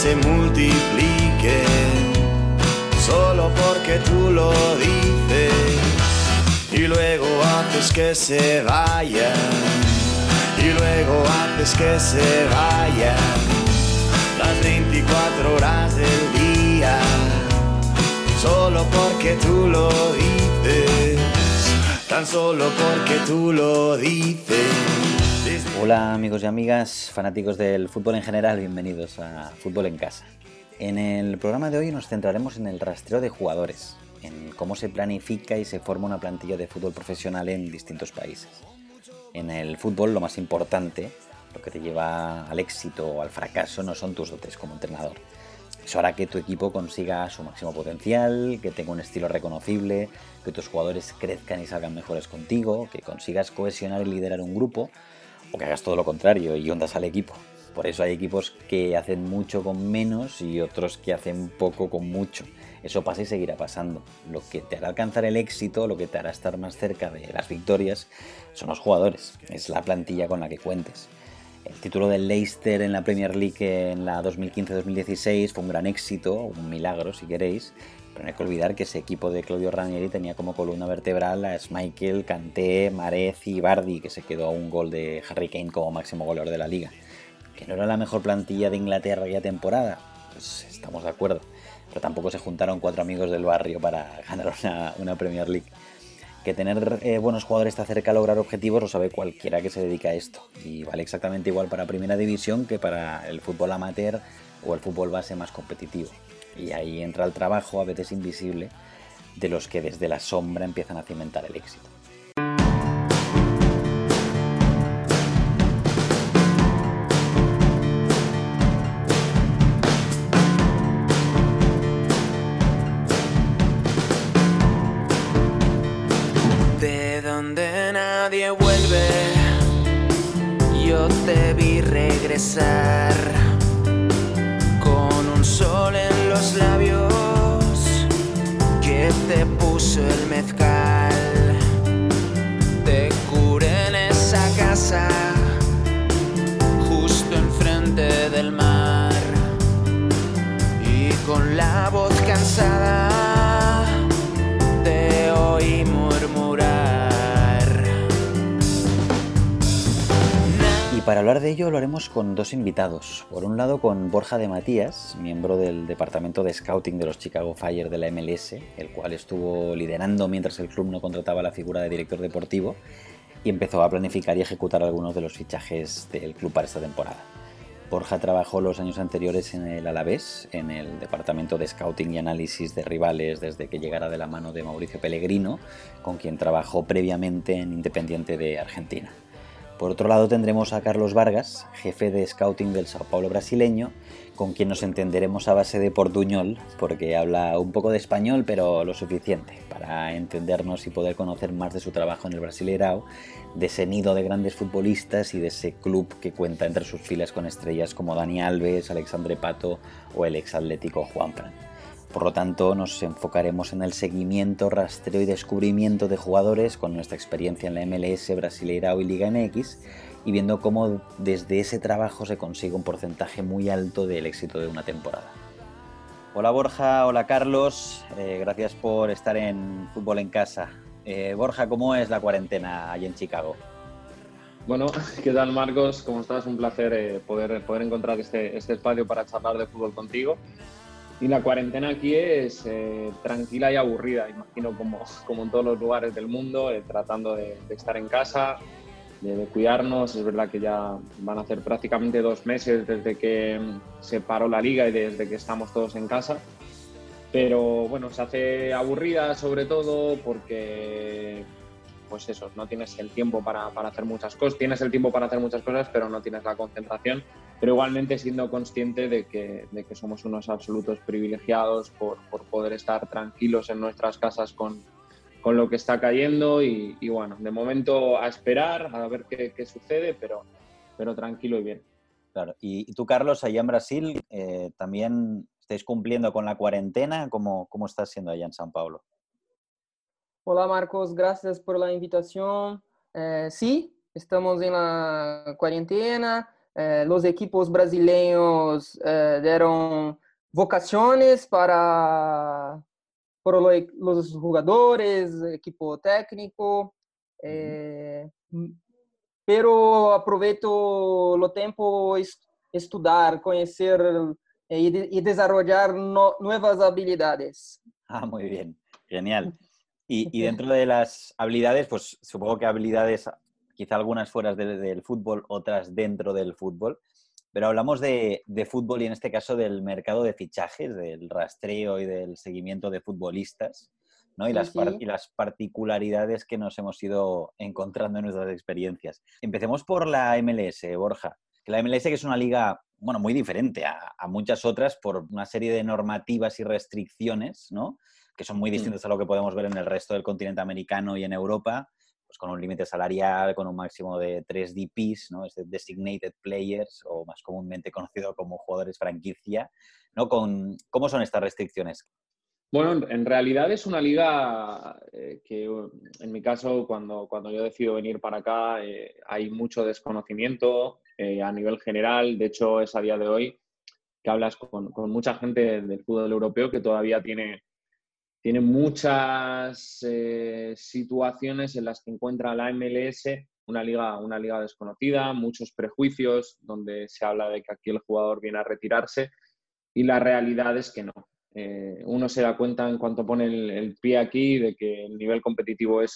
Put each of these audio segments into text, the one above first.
se multipliquen solo porque tú lo dices y luego haces que se vayan y luego haces que se vayan las 24 horas del día solo porque tú lo dices, tan solo porque tú lo dices. Hola amigos y amigas, fanáticos del fútbol en general, bienvenidos a Fútbol en Casa. En el programa de hoy nos centraremos en el rastreo de jugadores, en cómo se planifica y se forma una plantilla de fútbol profesional en distintos países. En el fútbol lo más importante, lo que te lleva al éxito o al fracaso, no son tus dotes como entrenador. Eso hará que tu equipo consiga su máximo potencial, que tenga un estilo reconocible, que tus jugadores crezcan y salgan mejores contigo, que consigas cohesionar y liderar un grupo, o que hagas todo lo contrario y hundas al equipo. Por eso hay equipos que hacen mucho con menos y otros que hacen poco con mucho. Eso pasa y seguirá pasando. Lo que te hará alcanzar el éxito, lo que te hará estar más cerca de las victorias, son los jugadores. Es la plantilla con la que cuentes. El título del Leicester en la Premier League en la 2015-2016 fue un gran éxito, un milagro si queréis, pero no hay que olvidar que ese equipo de Claudio Ranieri tenía como columna vertebral a Schmeichel, Kanté, Mahrez y Vardy, que se quedó a un gol de Harry Kane como máximo goleador de la liga. ¿Que no era la mejor plantilla de Inglaterra aquella temporada? Pues estamos de acuerdo, pero tampoco se juntaron 4 amigos del barrio para ganar una Premier League. Que tener buenos jugadores te acerca a lograr objetivos lo sabe cualquiera que se dedica a esto, y vale exactamente igual para Primera División que para el fútbol amateur o el fútbol base más competitivo. Y ahí entra el trabajo, a veces invisible, de los que desde la sombra empiezan a cimentar el éxito. De donde nadie vuelve, yo te vi regresar con un sol en los labios que te puso el mezcal. Te curé en esa casa justo enfrente del mar y con la voz cansada te oí murmurar. Y para hablar de ello lo haremos con 2 invitados. Por un lado con Borja de Matías, miembro del departamento de scouting de los Chicago Fire de la MLS, el cual estuvo liderando mientras el club no contrataba la figura de director deportivo y empezó a planificar y ejecutar algunos de los fichajes del club para esta temporada. Borja trabajó los años anteriores en el Alavés, en el departamento de scouting y análisis de rivales desde que llegara de la mano de Mauricio Pellegrino, con quien trabajó previamente en Independiente de Argentina. Por otro lado tendremos a Carlos Vargas, jefe de scouting del Sao Paulo brasileño, con quien nos entenderemos a base de portuñol, porque habla un poco de español, pero lo suficiente para entendernos y poder conocer más de su trabajo en el Brasileirao, de ese nido de grandes futbolistas y de ese club que cuenta entre sus filas con estrellas como Dani Alves, Alexandre Pato o el exatlético Juanfran. Por lo tanto, nos enfocaremos en el seguimiento, rastreo y descubrimiento de jugadores con nuestra experiencia en la MLS, Brasileirao y Liga MX y viendo cómo desde ese trabajo se consigue un porcentaje muy alto del éxito de una temporada. Hola Borja, hola Carlos, gracias por estar en Fútbol en Casa. Borja, ¿cómo es la cuarentena allí en Chicago? Bueno, ¿qué tal Marcos? ¿Cómo estás? Un placer poder encontrar este espacio para charlar de fútbol contigo. Y la cuarentena aquí es tranquila y aburrida, imagino como en todos los lugares del mundo, tratando de estar en casa, de cuidarnos. Es verdad que ya van a ser prácticamente 2 meses desde que se paró la liga y desde que estamos todos en casa. Pero bueno, se hace aburrida sobre todo porque pues eso, no tienes el tiempo para hacer muchas cosas. Tienes el tiempo para hacer muchas cosas, pero no tienes la concentración. Pero igualmente siendo consciente de que somos unos absolutos privilegiados por poder estar tranquilos en nuestras casas con lo que está cayendo y bueno, de momento a esperar, a ver qué sucede, pero tranquilo y bien. Claro. Y tú, Carlos, allá en Brasil, ¿también estáis cumpliendo con la cuarentena? ¿Cómo está siendo allá en São Paulo? Hola Marcos, gracias por la invitación. Sí, estamos en la cuarentena, los equipos brasileños dieron vocaciones para los jugadores, equipo técnico, pero aproveito o tempo estudar, conhecer y desarrollar nuevas habilidades. Ah, muy bien, genial. Y dentro de las habilidades, pues supongo que habilidades, quizá algunas fuera del fútbol, otras dentro del fútbol, pero hablamos de fútbol y en este caso del mercado de fichajes, del rastreo y del seguimiento de futbolistas, ¿no? Y Sí. las particularidades que nos hemos ido encontrando en nuestras experiencias. Empecemos por la MLS, Borja. Que la MLS, que es una liga, bueno, muy diferente a muchas otras por una serie de normativas y restricciones, ¿no? Que son muy distintas a lo que podemos ver en el resto del continente americano y en Europa, pues con un límite salarial, con un máximo de 3 DPs, ¿no? Es de Designated Players, o más comúnmente conocido como jugadores franquicia, ¿no? ¿Cómo son estas restricciones? Bueno, en realidad es una liga que, en mi caso, cuando yo decido venir para acá, hay mucho desconocimiento a nivel general. De hecho, es a día de hoy que hablas con mucha gente del fútbol europeo que todavía tiene muchas situaciones en las que encuentra la MLS una liga desconocida, muchos prejuicios, donde se habla de que aquí el jugador viene a retirarse y la realidad es que no. Uno se da cuenta en cuanto pone el pie aquí de que el nivel competitivo es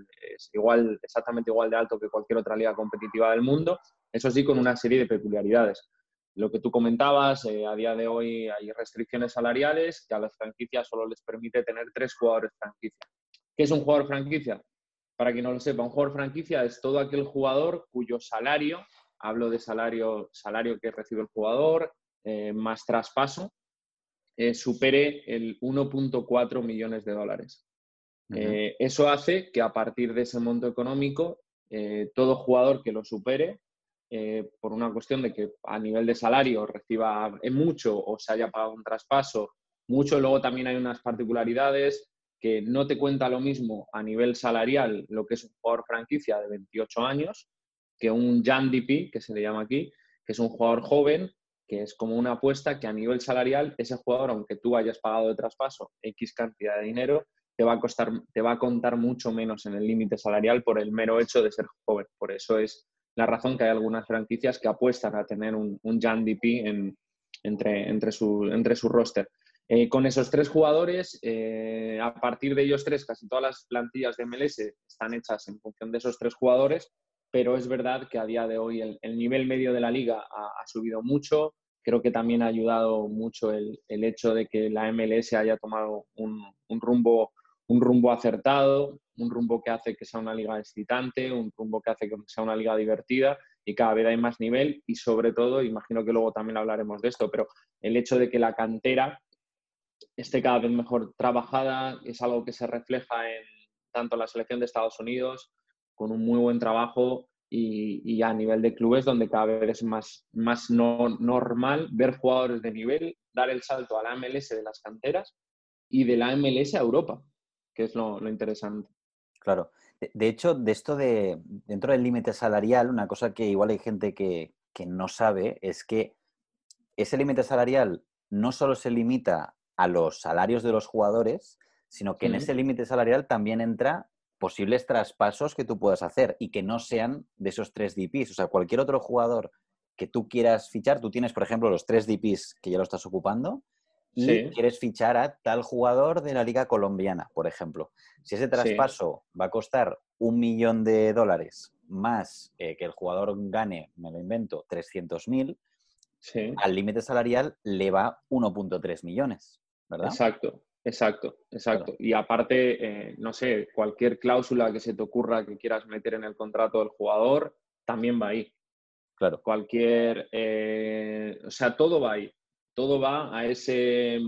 exactamente igual de alto que cualquier otra liga competitiva del mundo, eso sí, con una serie de peculiaridades. Lo que tú comentabas, a día de hoy hay restricciones salariales que a las franquicias solo les permite tener 3 jugadores franquicia. ¿Qué es un jugador franquicia? Para quien no lo sepa, un jugador franquicia es todo aquel jugador cuyo salario, hablo de salario que recibe el jugador, más traspaso, supere el 1.4 millones de dólares. Eso hace que a partir de ese monto económico, todo jugador que lo supere, por una cuestión de que a nivel de salario reciba mucho o se haya pagado un traspaso mucho, luego también hay unas particularidades que no te cuenta lo mismo a nivel salarial lo que es un jugador franquicia de 28 años que un Young DP, que se le llama aquí, que es un jugador joven, que es como una apuesta que a nivel salarial ese jugador, aunque tú hayas pagado de traspaso X cantidad de dinero, te va a contar mucho menos en el límite salarial por el mero hecho de ser joven. Por eso es la razón que hay algunas franquicias que apuestan a tener un Young DP entre su roster. Con esos 3 jugadores, a partir de ellos 3, casi todas las plantillas de MLS están hechas en función de esos 3 jugadores, pero es verdad que a día de hoy el nivel medio de la liga ha subido mucho. Creo que también ha ayudado mucho el hecho de que la MLS haya tomado un rumbo acertado, un rumbo que hace que sea una liga excitante, un rumbo que hace que sea una liga divertida y cada vez hay más nivel y sobre todo, imagino que luego también hablaremos de esto, pero el hecho de que la cantera esté cada vez mejor trabajada es algo que se refleja en tanto la selección de Estados Unidos con un muy buen trabajo y a nivel de clubes donde cada vez es más normal ver jugadores de nivel, dar el salto a la MLS de las canteras y de la MLS a Europa, que es lo interesante. Claro. De hecho, dentro del límite salarial, una cosa que igual hay gente que no sabe es que ese límite salarial no solo se limita a los salarios de los jugadores, sino que en ese límite salarial también entra posibles traspasos que tú puedas hacer y que no sean de esos 3 DPs. O sea, cualquier otro jugador que tú quieras fichar, tú tienes, por ejemplo, los 3 DPs que ya lo estás ocupando y quieres fichar a tal jugador de la Liga Colombiana, por ejemplo. Si ese traspaso va a costar $1 millón más que el jugador gane, me lo invento, 300.000, al límite salarial le va 1.3 millones, ¿verdad? Exacto. Claro. Y aparte, no sé, cualquier cláusula que se te ocurra que quieras meter en el contrato del jugador, también va ahí. Claro. O sea, todo va ahí. Todo va a esa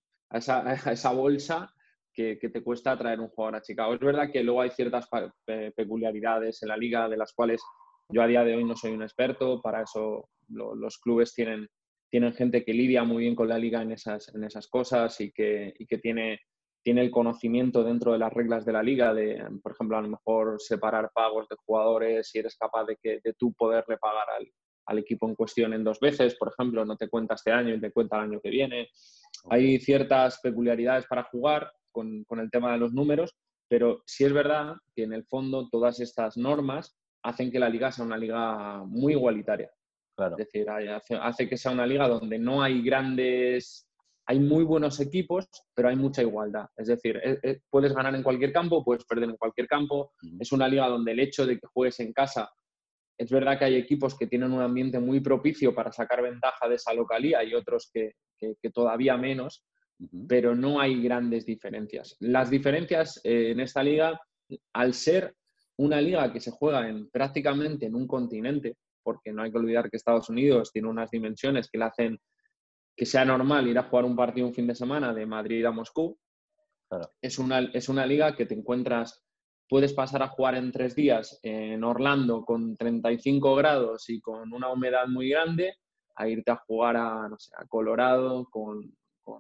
bolsa que te cuesta traer un jugador a Chicago. Es verdad que luego hay ciertas peculiaridades en la liga de las cuales yo a día de hoy no soy un experto. Para eso los clubes tienen gente que lidia muy bien con la liga en esas cosas y que tiene el conocimiento dentro de las reglas de la liga de, por ejemplo, a lo mejor separar pagos de jugadores si eres capaz de tú poderle pagar al equipo en cuestión en 2 veces, por ejemplo, no te cuenta este año y te cuenta el año que viene. Hay ciertas peculiaridades para jugar con el tema de los números, pero sí es verdad que en el fondo todas estas normas hacen que la liga sea una liga muy igualitaria. Claro. Es decir, hace que sea una liga donde no hay hay muy buenos equipos, pero hay mucha igualdad. Es decir, puedes ganar en cualquier campo, puedes perder en cualquier campo. Es una liga donde el hecho de que juegues en casa, es verdad que hay equipos que tienen un ambiente muy propicio para sacar ventaja de esa localía y otros que todavía menos, pero no hay grandes diferencias. Las diferencias en esta liga, al ser una liga que se juega prácticamente en un continente, porque no hay que olvidar que Estados Unidos tiene unas dimensiones que le hacen que sea normal ir a jugar un partido un fin de semana de Madrid a Moscú. Claro. Es una liga que te encuentras, puedes pasar a jugar en 3 días en Orlando con 35 grados y con una humedad muy grande, a irte a jugar a Colorado con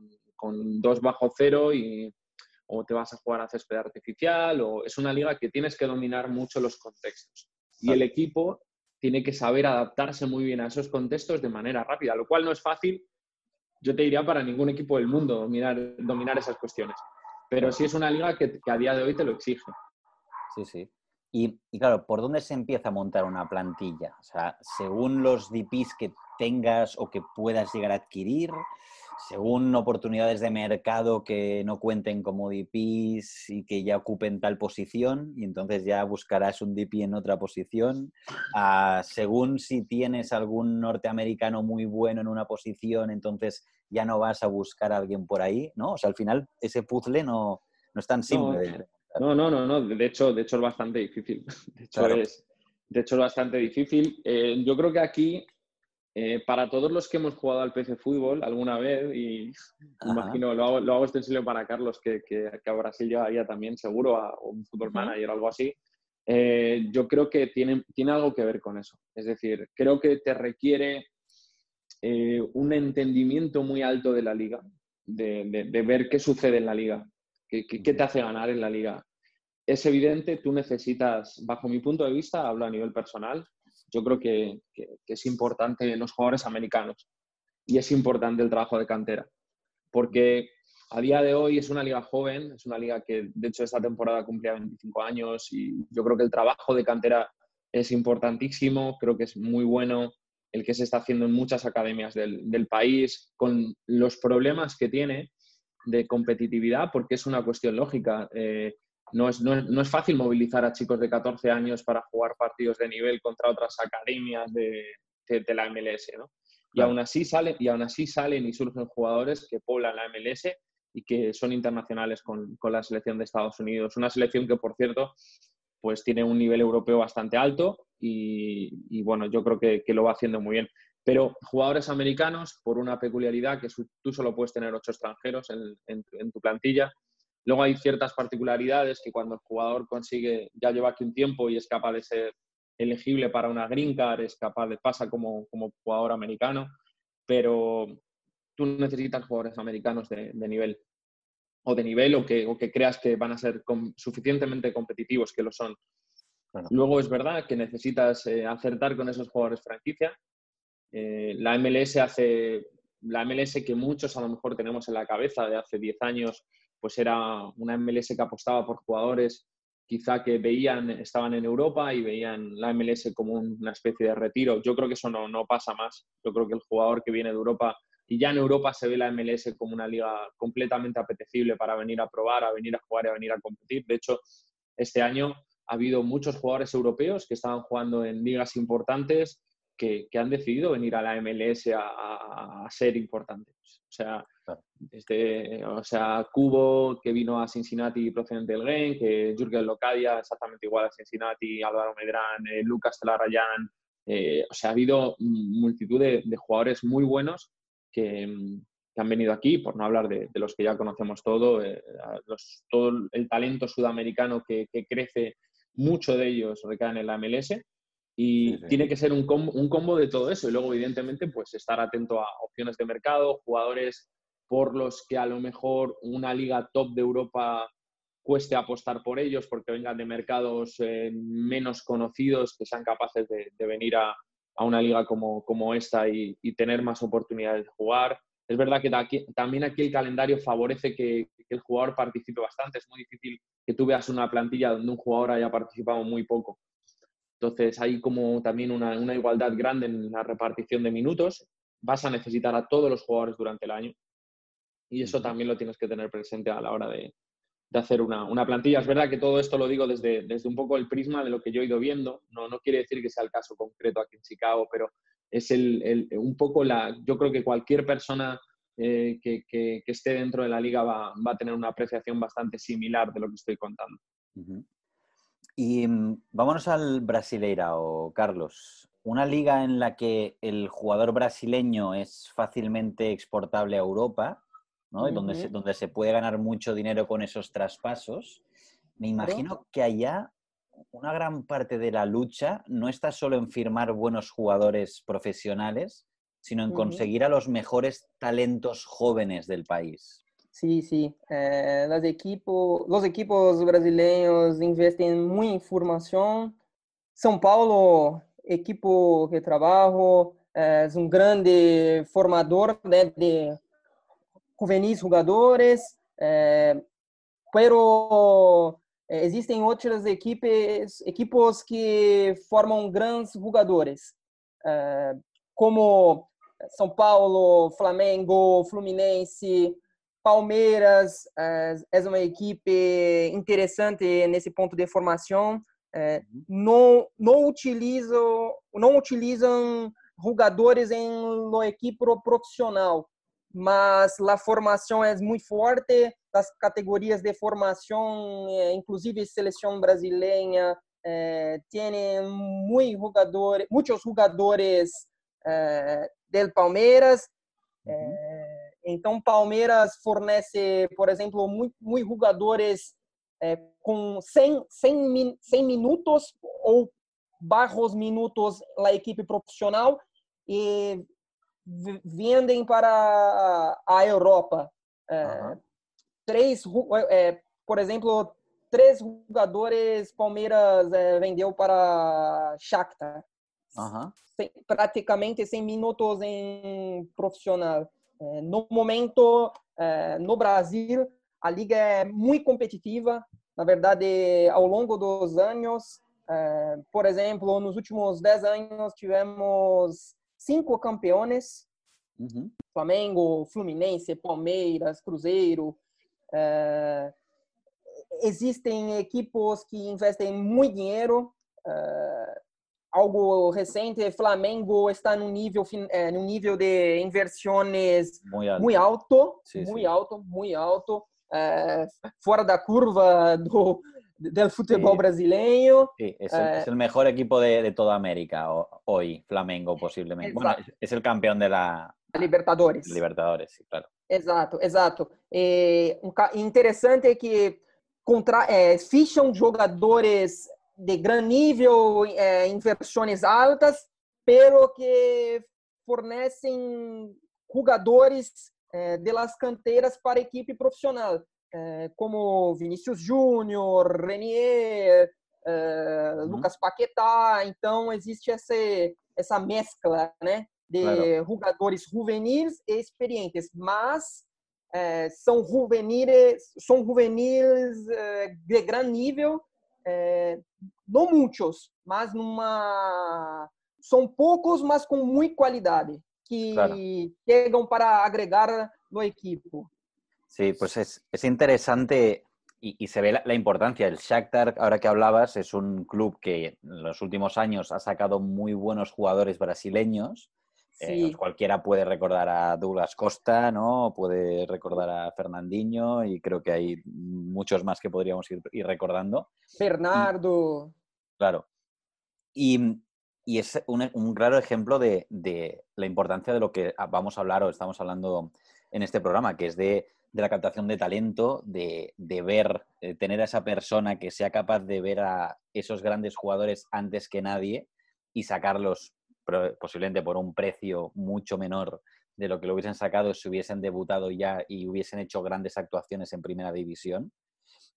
2 bajo cero o te vas a jugar a césped artificial. Es una liga que tienes que dominar mucho los contextos. Y el equipo tiene que saber adaptarse muy bien a esos contextos de manera rápida, lo cual no es fácil, yo te diría, para ningún equipo del mundo dominar esas cuestiones. Pero sí es una liga que a día de hoy te lo exige. Sí, sí. Y claro, ¿por dónde se empieza a montar una plantilla? O sea, según los DPs que tengas o que puedas llegar a adquirir, según oportunidades de mercado que no cuenten como DPs y que ya ocupen tal posición, y entonces ya buscarás un DP en otra posición, según si tienes algún norteamericano muy bueno en una posición, entonces ya no vas a buscar a alguien por ahí, ¿no? O sea, al final ese puzzle no es tan simple. No. De hecho es bastante difícil. De hecho es bastante difícil. Yo creo que aquí, para todos los que hemos jugado al PC Fútbol alguna vez, y imagino, lo hago extensible para Carlos, que a Brasil llegaría también seguro a un Football Manager o algo así, yo creo que tiene algo que ver con eso. Es decir, creo que te requiere un entendimiento muy alto de la liga, de ver qué sucede en la liga, qué te hace ganar en la liga. Es evidente, tú necesitas, bajo mi punto de vista, hablo a nivel personal, yo creo que es importante los jugadores americanos y es importante el trabajo de cantera, porque a día de hoy es una liga joven, es una liga que de hecho esta temporada cumplía 25 años y yo creo que el trabajo de cantera es importantísimo, creo que es muy bueno el que se está haciendo en muchas academias del país, con los problemas que tiene de competitividad, porque es una cuestión lógica. No es fácil movilizar a chicos de 14 años para jugar partidos de nivel contra otras academias de la MLS, ¿no? Y aún así salen y surgen jugadores que poblan la MLS y que son internacionales con la selección de Estados Unidos. Una selección que, por cierto, pues tiene un nivel europeo bastante alto y bueno, yo creo que lo va haciendo muy bien. Pero jugadores americanos, por una peculiaridad que tú solo puedes tener 8 extranjeros en tu plantilla. Luego hay ciertas particularidades que cuando el jugador ya lleva aquí un tiempo y es capaz de ser elegible para una green card, pasa como jugador americano, pero tú necesitas jugadores americanos de nivel o que creas que van a ser suficientemente competitivos, que lo son. Bueno. Luego es verdad que necesitas acertar con esos jugadores franquicia. La MLS que muchos a lo mejor tenemos en la cabeza de hace 10 años, pues era una MLS que apostaba por jugadores quizá que estaban en Europa y veían la MLS como una especie de retiro. Yo creo que eso no pasa más. Yo creo que el jugador que viene de Europa, y ya en Europa se ve la MLS como una liga completamente apetecible para venir a probar, a venir a jugar y a venir a competir. De hecho, este año ha habido muchos jugadores europeos que estaban jugando en ligas importantes que han decidido venir a la MLS a ser importantes. O sea, Kubo, que vino a Cincinnati procedente del Genk, que Jürgen Locadia, exactamente igual a Cincinnati, Álvaro Medrán, Lucas Telarayán. Ha habido multitud de jugadores muy buenos que han venido aquí, por no hablar de los que ya conocemos todo el talento sudamericano que crece, mucho de ellos recaen en la MLS. Y sí. Tiene que ser un combo de todo eso. Y luego, evidentemente, pues estar atento a opciones de mercado, jugadores por los que a lo mejor una liga top de Europa cueste apostar por ellos porque vengan de mercados menos conocidos, que sean capaces de venir a a una liga como esta y tener más oportunidades de jugar. Es verdad que también aquí el calendario favorece que el jugador participe bastante. Es muy difícil que tú veas una plantilla donde un jugador haya participado muy poco. Entonces hay como también una igualdad grande en la repartición de minutos. Vas a necesitar a todos los jugadores durante el año y eso también lo tienes que tener presente a la hora de hacer una plantilla. Es verdad que todo esto lo digo desde un poco el prisma de lo que yo he ido viendo. No quiere decir que sea el caso concreto aquí en Chicago, pero es un poco yo creo que cualquier persona que esté dentro de la liga va a tener una apreciación bastante similar de lo que estoy contando. Uh-huh. Y vámonos al Brasileirao, Carlos. Una liga en la que el jugador brasileño es fácilmente exportable a Europa, ¿no? Y donde se puede ganar mucho dinero con esos traspasos. Me imagino que allá una gran parte de la lucha no está solo en firmar buenos jugadores profesionales, sino en conseguir a los mejores talentos jóvenes del país. Sí, sí. Los equipos brasileños investen muy en formación. São Paulo, equipo que trabajo, es un grande formador, né, de juvenis jogadores, pero existem outras equipos que formam grandes jogadores, como São Paulo, Flamengo, Fluminense, Palmeiras. É uma equipe interessante nesse ponto de formação. Não utilizam jogadores em uma equipe profissional, mas a formação é muito forte. As categorias de formação, inclusive seleção brasileira, tem muitos jogadores del Palmeiras. Então, Palmeiras fornece, por exemplo, muitos jogadores com 100 minutos ou bajos minutos na equipe profissional e vendem para a Europa. Por exemplo, 3 jogadores Palmeiras vendeu para Shakhtar. Praticamente 100 minutos em profissional. No momento, no Brasil, a liga é muito competitiva. Na verdade, ao longo dos anos, por exemplo, nos últimos 10 anos, tivemos 5 campeões. Flamengo, Fluminense, Palmeiras, Cruzeiro. Existem equipos que investem muito dinheiro. Algo recente, Flamengo está num nível de inversões muito alto, muito alto, fora da curva do futebol brasileiro. Sí, es el mejor equipo de toda América hoy, Flamengo posiblemente. Bueno, es el campeón de la Libertadores. Libertadores, sí, claro. Exato. Interessante é que ficham jogadores de gran nível, inversões altas, pero que fornecem jogadores de las canteiras para a equipe profissional, como Vinícius Júnior, Renier, Lucas Paquetá. Então, existe essa mescla, né, de jogadores juvenis e experientes, mas são juvenis de gran nível. Não muitos, mas são poucos, mas com muita qualidade, que llegan para agregar no equipo. Sí, pues es interesante y se ve la importancia. El Shakhtar, ahora que hablabas, es un club que en los últimos años ha sacado muy buenos jugadores brasileños. Sí. Cualquiera puede recordar a Douglas Costa, ¿no? Puede recordar a Fernandinho y creo que hay muchos más que podríamos ir recordando. Bernardo. Claro. Y es un claro ejemplo de la importancia de lo que vamos a hablar o estamos hablando en este programa, que es de la captación de talento, de ver, tener a esa persona que sea capaz de ver a esos grandes jugadores antes que nadie y sacarlos posiblemente por un precio mucho menor de lo que lo hubiesen sacado si hubiesen debutado ya y hubiesen hecho grandes actuaciones en primera división.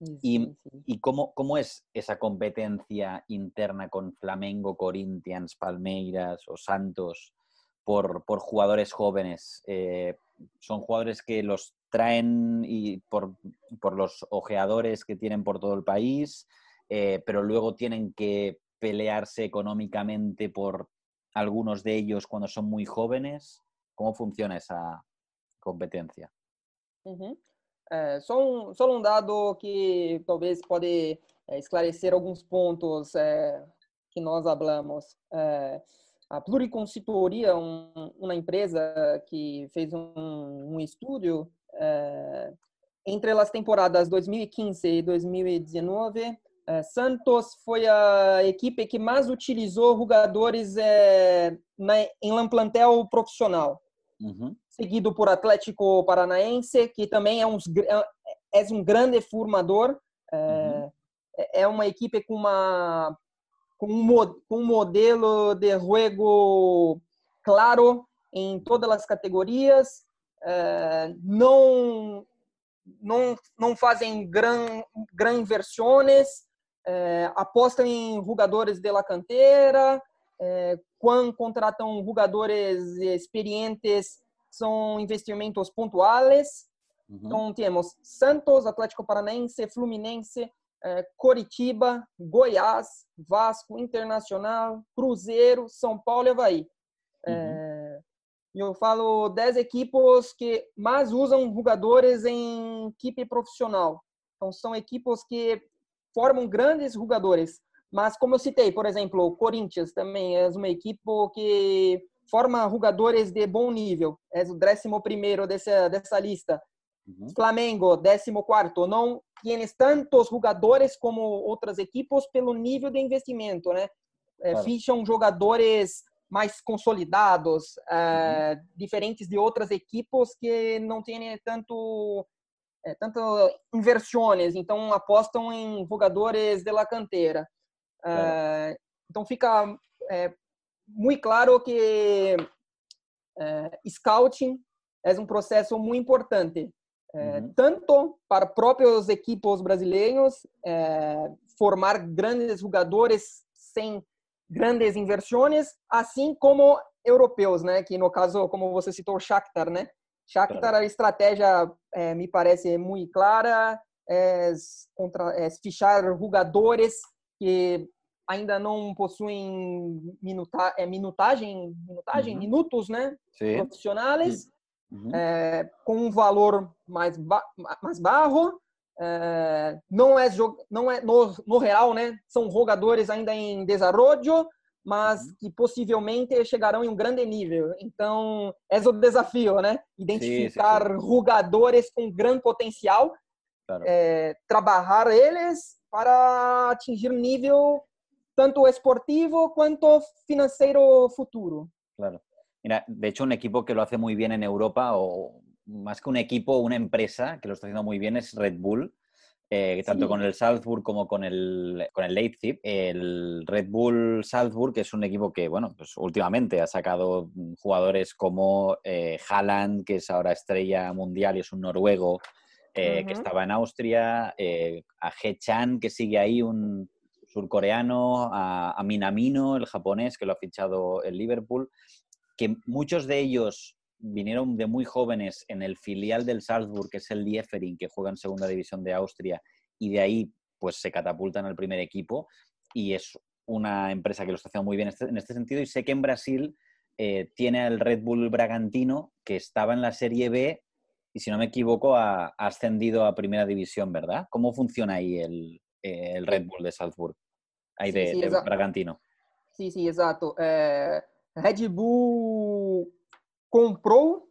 ¿Y cómo es esa competencia interna con Flamengo, Corinthians, Palmeiras o Santos por jugadores jóvenes? ¿Son jugadores que los traen y por los ojeadores que tienen por todo el país, pero luego tienen que pelearse económicamente por algunos de ellos cuando son muy jóvenes? ¿Cómo funciona esa competencia? Uhum. Só um dado que talvez pode esclarecer alguns pontos que nós hablamos. A Pluriconsultoria, uma empresa que fez um estudo entre as temporadas 2015 e 2019, Santos foi a equipe que mais utilizou jogadores em plantel profissional. Uhum. Seguido por Atlético Paranaense, que também é um grande formador. É uma equipe com um modelo de jogo claro em todas as categorias. Não fazem gran inversões, apostam em jogadores de la cantera, quando contratam jogadores experientes, são investimentos pontuais. Então, temos Santos, Atlético Paranaense, Fluminense, Coritiba, Goiás, Vasco, Internacional, Cruzeiro, São Paulo e Avaí. Eu falo 10 equipes que mais usam jogadores em equipe profissional. Então, são equipes que formam grandes jogadores. Mas, como eu citei, por exemplo, o Corinthians também é uma equipe que forma jogadores de bom nível. É o 11º dessa lista. Flamengo, 14º. Não tem tantos jogadores como outras equipes pelo nível de investimento, né? Claro. Ficham jogadores mais consolidados, diferentes de outras equipes que não têm tanto inversões, então apostam em jogadores de la cantera. Claro. Então fica muito claro que scouting é um processo muito importante, tanto para próprios equipos brasileiros formar grandes jogadores sem grandes inversões, assim como europeus, né? Que no caso, como você citou, o Shakhtar, né? Shakhtar, claro. A estratégia me parece muito clara, fichar jogadores que ainda não possuem minutos, né? Sim. Profissionais, com um valor mais baixo. Não é no real, né? São jogadores ainda em desenvolvimento, mas que possivelmente chegarão em um grande nível. Então, é o desafio, né? Identificar jogadores com grande potencial, claro. Trabalhar eles para atingir nível tanto esportivo quanto financeiro futuro. Claro. Mira, de hecho, un equipo que lo hace muy bien en Europa, o más que un equipo, una empresa que lo está haciendo muy bien es Red Bull, tanto con el Salzburg como con el Leipzig. El Red Bull Salzburg es un equipo que, bueno, pues últimamente ha sacado jugadores como Haaland, que es ahora estrella mundial y es un noruego que estaba en Austria, a He-chan, que sigue ahí, un surcoreano, a Minamino, el japonés, que lo ha fichado el Liverpool, que muchos de ellos vinieron de muy jóvenes en el filial del Salzburg, que es el Liefering, que juega en segunda división de Austria, y de ahí pues se catapultan al primer equipo, y es una empresa que lo está haciendo muy bien en este sentido. Y sé que en Brasil tiene el Red Bull Bragantino, que estaba en la Serie B, y si no me equivoco ha ascendido a primera división, ¿verdad? ¿Cómo funciona ahí el Red Bull de Salzburg? Ahí de Bragantino. Sí, exato. Red Bull comprou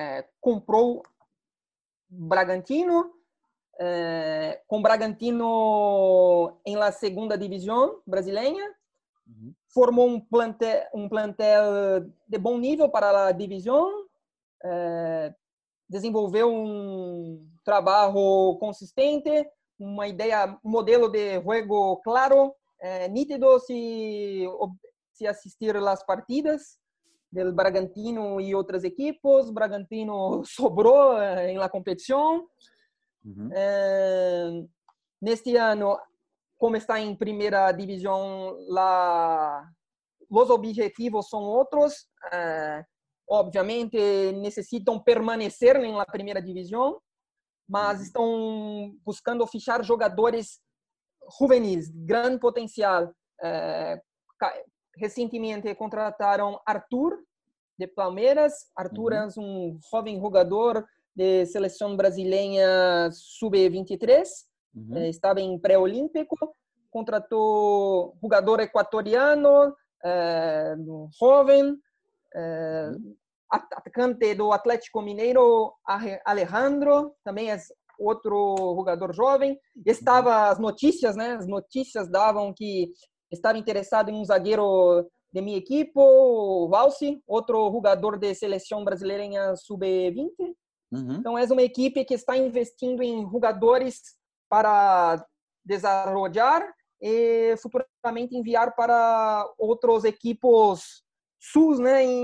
Bragantino, com Bragantino em la segunda divisão brasileira, formou um plantel de bom nível para a divisão, desenvolveu um trabalho consistente, uma ideia, um modelo de jogo claro, nítido se assistir às partidas do Bragantino e outras equipes. Bragantino sobrou em la competição. Neste ano, como está em primeira divisão, os objetivos são outros. Obviamente, necessitam permanecer na primeira divisão, mas estão buscando fichar jogadores juvenis, grande potencial. Recentemente contrataram Arthur, de Palmeiras. Arthur é um jovem jogador de seleção brasileira sub-23. Estava em pré-olímpico. Contratou jogador equatoriano, jovem, atacante do Atlético Mineiro, Alejandro, também é outro jogador jovem. Estava as notícias davam que estava interessado em um zagueiro de minha equipe, o Valsi, outro jogador de seleção brasileira em sub-20. Então, é uma equipe que está investindo em jogadores para desenvolver e futuramente enviar para outros equipos sus,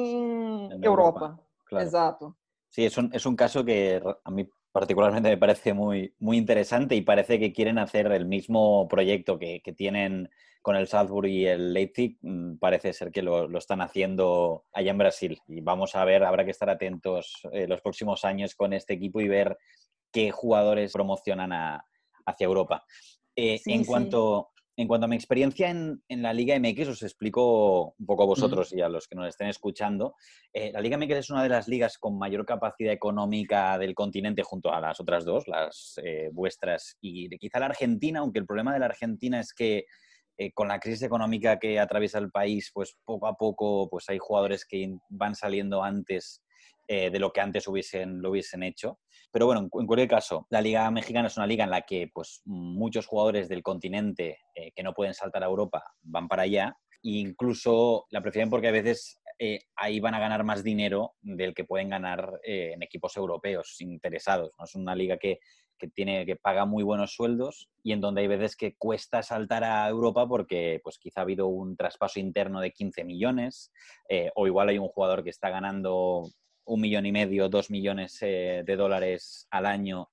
en Europa. Claro. Exacto. Sí, es un caso que a mí particularmente me parece muy, muy interesante y parece que quieren hacer el mismo proyecto que tienen con el Salzburg y el Leipzig. Parece ser que lo están haciendo allá en Brasil. Y vamos a ver, habrá que estar atentos los próximos años con este equipo y ver qué jugadores promocionan hacia Europa. En cuanto a mi experiencia en la Liga MX, os explico un poco a vosotros y a los que nos estén escuchando. La Liga MX es una de las ligas con mayor capacidad económica del continente junto a las otras dos, las vuestras y quizá la Argentina, aunque el problema de la Argentina es que con la crisis económica que atraviesa el país, pues poco a poco pues hay jugadores que van saliendo antes de lo que antes lo hubiesen hecho. Pero bueno, en cualquier caso, la Liga Mexicana es una liga en la que pues, muchos jugadores del continente que no pueden saltar a Europa van para allá. E incluso la prefieren porque a veces ahí van a ganar más dinero del que pueden ganar en equipos europeos interesados, ¿no? Es una liga que paga muy buenos sueldos y en donde hay veces que cuesta saltar a Europa porque pues quizá ha habido un traspaso interno de 15 millones o igual hay un jugador que está ganando 1,5 millones, 2 millones de dólares al año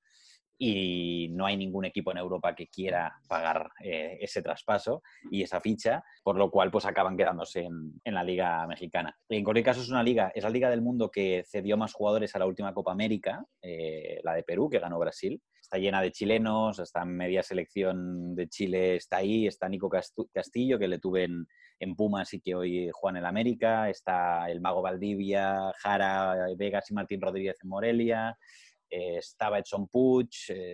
y no hay ningún equipo en Europa que quiera pagar ese traspaso y esa ficha, por lo cual pues acaban quedándose en la Liga Mexicana. En cualquier caso es la Liga del mundo que cedió más jugadores a la última Copa América, la de Perú, que ganó Brasil. Está llena de chilenos, está en media selección de Chile, está ahí, está Nico Castillo, que le tuve en Pumas y que hoy juega en el América, está el Mago Valdivia, Jara, Vegas y Martín Rodríguez en Morelia, estaba Edson Puig,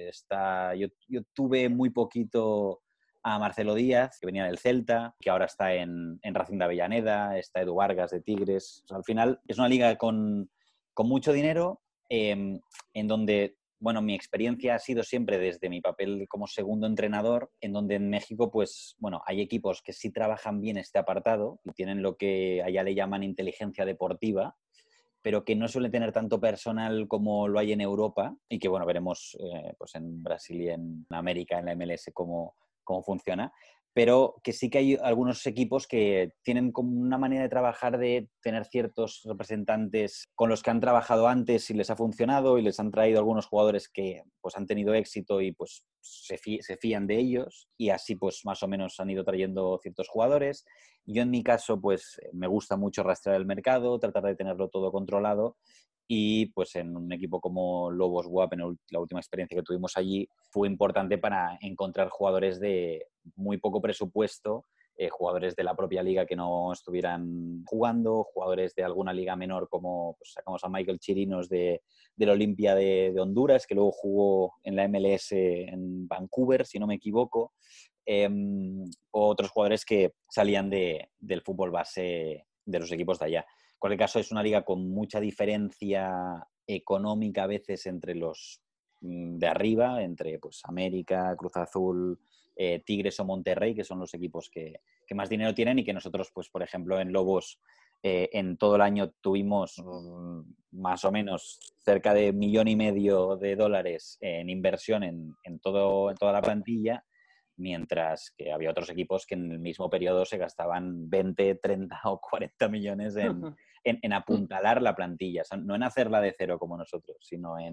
yo tuve muy poquito a Marcelo Díaz, que venía del Celta, que ahora está en Racing de Avellaneda, está Edu Vargas de Tigres. O sea, al final es una liga con mucho dinero, en donde, bueno, mi experiencia ha sido siempre desde mi papel como segundo entrenador, en donde en México, pues, bueno, hay equipos que sí trabajan bien este apartado y tienen lo que allá le llaman inteligencia deportiva, pero que no suele tener tanto personal como lo hay en Europa y que, bueno, veremos pues en Brasil y en América, en la MLS, cómo funciona, pero que sí que hay algunos equipos que tienen como una manera de trabajar de tener ciertos representantes con los que han trabajado antes y les ha funcionado y les han traído algunos jugadores que pues han tenido éxito y pues se fían de ellos y así pues más o menos han ido trayendo ciertos jugadores. Yo en mi caso pues me gusta mucho rastrear el mercado, tratar de tenerlo todo controlado y pues en un equipo como Lobos WAP, en la última experiencia que tuvimos allí, fue importante para encontrar jugadores de muy poco presupuesto, jugadores de la propia liga que no estuvieran jugando, jugadores de alguna liga menor como pues, sacamos a Michael Chirinos del Olimpia de Honduras, que luego jugó en la MLS en Vancouver, si no me equivoco, o otros jugadores que salían del fútbol base de los equipos de allá. En cualquier caso, es una liga con mucha diferencia económica a veces entre los de arriba, entre pues, América, Cruz Azul, Tigres o Monterrey, que son los equipos que más dinero tienen y que nosotros, pues por ejemplo, en Lobos, en todo el año tuvimos más o menos cerca de $1,5 millones en inversión en toda la plantilla, mientras que había otros equipos que en el mismo periodo se gastaban 20, 30 o 40 millones en apuntalar la plantilla. O sea, no en hacerla de cero como nosotros, sino en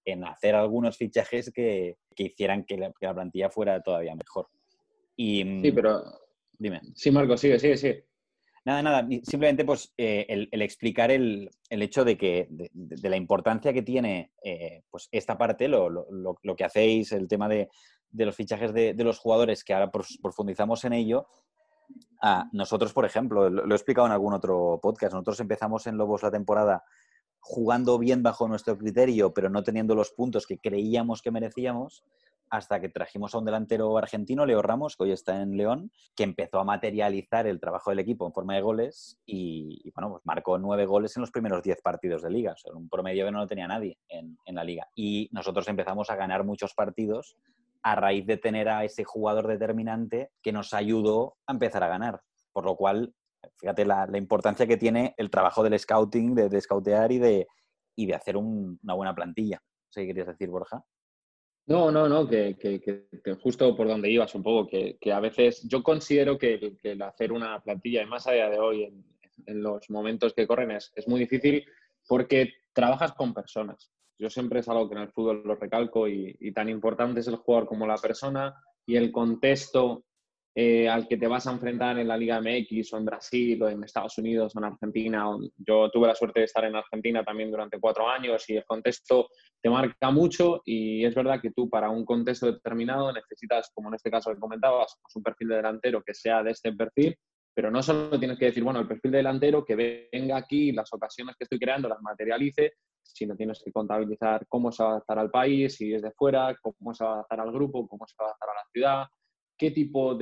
en hacer algunos fichajes que hicieran que la plantilla fuera todavía mejor. Y Sí, pero... dime. Sí, Marco, sigue. Nada, simplemente pues el explicar el hecho de que de la importancia que tiene pues esta parte, lo que hacéis, el tema de los fichajes de los jugadores, que ahora profundizamos en ello. Nosotros, por ejemplo, lo he explicado en algún otro podcast, nosotros empezamos en Lobos la temporada jugando bien bajo nuestro criterio, pero no teniendo los puntos que creíamos que merecíamos, hasta que trajimos a un delantero argentino, Leo Ramos, que hoy está en León, que empezó a materializar el trabajo del equipo en forma de goles y bueno, pues marcó 9 goles en los primeros 10 partidos de liga, o sea, un promedio que no lo tenía nadie en la liga. Y nosotros empezamos a ganar muchos partidos a raíz de tener a ese jugador determinante que nos ayudó a empezar a ganar. Por lo cual, fíjate la importancia que tiene el trabajo del scouting, de scoutear y de hacer una buena plantilla. No sé qué querías decir, Borja. No, que justo por donde ibas un poco, que a veces yo considero que el hacer una plantilla, y más a día de hoy, en los momentos que corren, es muy difícil porque trabajas con personas. Yo siempre es algo que en el fútbol lo recalco y tan importante es el jugador como la persona y el contexto al que te vas a enfrentar en la Liga MX o en Brasil o en Estados Unidos o en Argentina. Yo tuve la suerte de estar en Argentina también durante 4 años y el contexto te marca mucho y es verdad que tú para un contexto determinado necesitas, como en este caso que comentabas, pues un perfil de delantero que sea de este perfil, pero no solo tienes que decir, bueno, el perfil de delantero que venga aquí, las ocasiones que estoy creando las materialice, sino tienes que contabilizar cómo se va a adaptar al país, si es de fuera, cómo se va a adaptar al grupo, cómo se va a adaptar a la ciudad, a qué tipo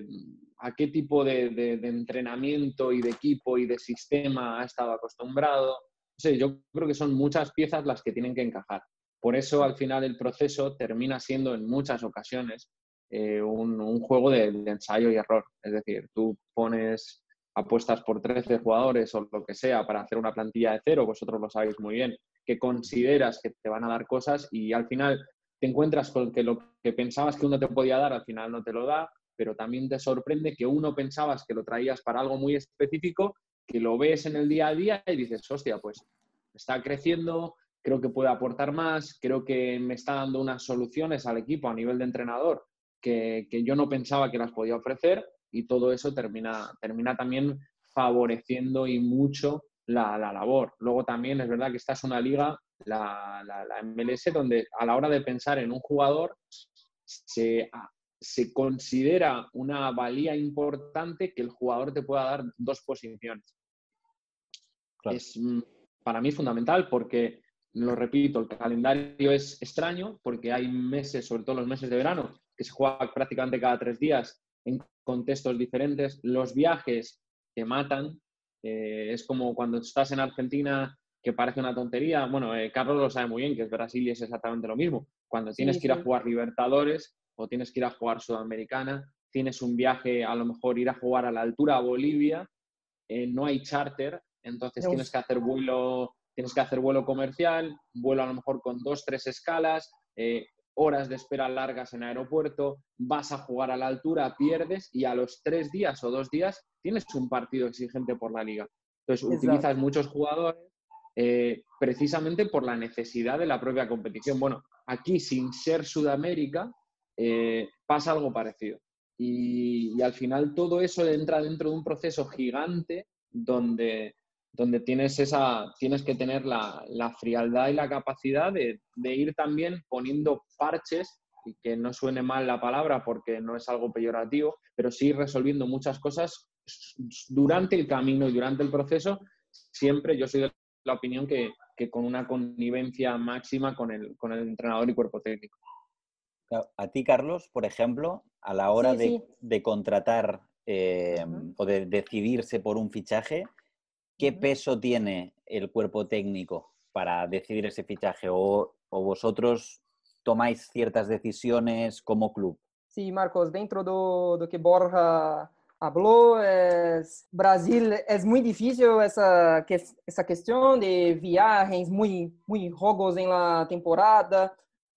de entrenamiento y de equipo y de sistema ha estado acostumbrado. No sé, yo creo que son muchas piezas las que tienen que encajar. Por eso, al final, el proceso termina siendo, en muchas ocasiones, un juego de ensayo y error. Es decir, tú apuestas por 13 jugadores o lo que sea para hacer una plantilla de 0, vosotros lo sabéis muy bien, que consideras que te van a dar cosas y al final te encuentras con que lo que pensabas que uno te podía dar, al final no te lo da, pero también te sorprende que uno pensabas que lo traías para algo muy específico, que lo ves en el día a día y dices, hostia, pues está creciendo, creo que puede aportar más, creo que me está dando unas soluciones al equipo a nivel de entrenador que yo no pensaba que las podía ofrecer y todo eso termina también favoreciendo y mucho la labor. Luego también es verdad que esta es una liga, la MLS, donde a la hora de pensar en un jugador se considera una valía importante que el jugador te pueda dar 2 posiciones. Claro. Es para mí fundamental porque, lo repito, el calendario es extraño porque hay meses, sobre todo los meses de verano, que se juega prácticamente cada 3 días en contextos diferentes. Los viajes te matan. Es como cuando estás en Argentina, que parece una tontería. Bueno, Carlos lo sabe muy bien, que es Brasil y es exactamente lo mismo. Cuando tienes que ir a jugar Libertadores o tienes que ir a jugar Sudamericana, tienes un viaje, a lo mejor ir a jugar a la altura a Bolivia, no hay charter, entonces tienes que hacer vuelo comercial, vuelo a lo mejor con 2-3 escalas, horas de espera largas en aeropuerto, vas a jugar a la altura, pierdes y a los 3 días o 2 días tienes un partido exigente por la liga. Entonces utilizas muchos jugadores precisamente por la necesidad de la propia competición. Bueno, aquí sin ser Sudamérica pasa algo parecido. Y al final todo eso entra dentro de un proceso gigante donde tienes que tener la frialdad y la capacidad de ir también poniendo parches, y que no suene mal la palabra porque no es algo peyorativo, pero sí resolviendo muchas cosas durante el camino y durante el proceso. Siempre yo soy de la opinión que con una connivencia máxima con el entrenador y cuerpo técnico. A ti, Carlos, por ejemplo, a la hora de contratar o de decidirse por un fichaje, ¿qué peso tiene el cuerpo técnico para decidir ese fichaje? ¿O vosotros tomáis ciertas decisiones como club? Sí, Marcos, dentro do que Borja habló, Brasil es muy difícil esa cuestión de viajes muy jogos en la temporada.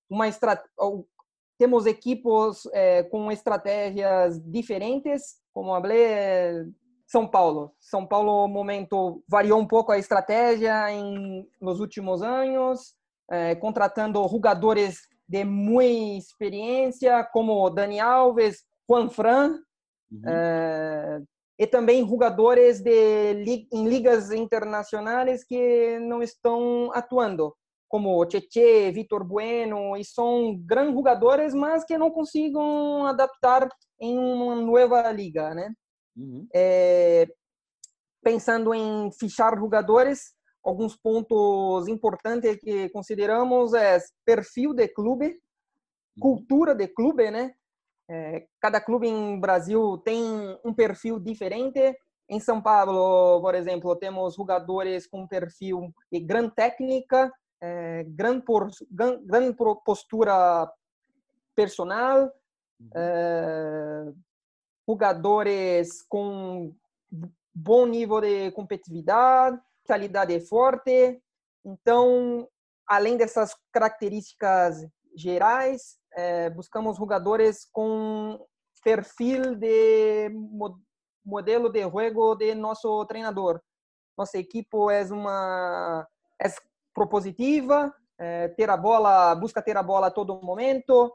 Temos equipos com estratégias diferentes, como hablé, São Paulo, momento, variou um pouco a estratégia nos últimos anos. contratando jogadores de muy experiencia, como Dani Alves, Juan Fran, e também jogadores em ligas internacionais que não estão atuando, como Cheche, Vitor Bueno, e são grandes jogadores, mas que não consigam adaptar em uma nova liga, né? Pensando em fichar jogadores, alguns pontos importantes que consideramos é perfil de clube, cultura de clube, né? Cada clube em Brasil tem um perfil diferente. Em São Paulo, por exemplo, temos jogadores com perfil de grande técnica, grande postura personal, jogadores com bom nível de competitividade, qualidade forte. Então, além dessas características gerais, buscamos jogadores com perfil de modelo de jogo de nosso treinador. Nossa equipe é propositiva, busca ter a bola a todo momento,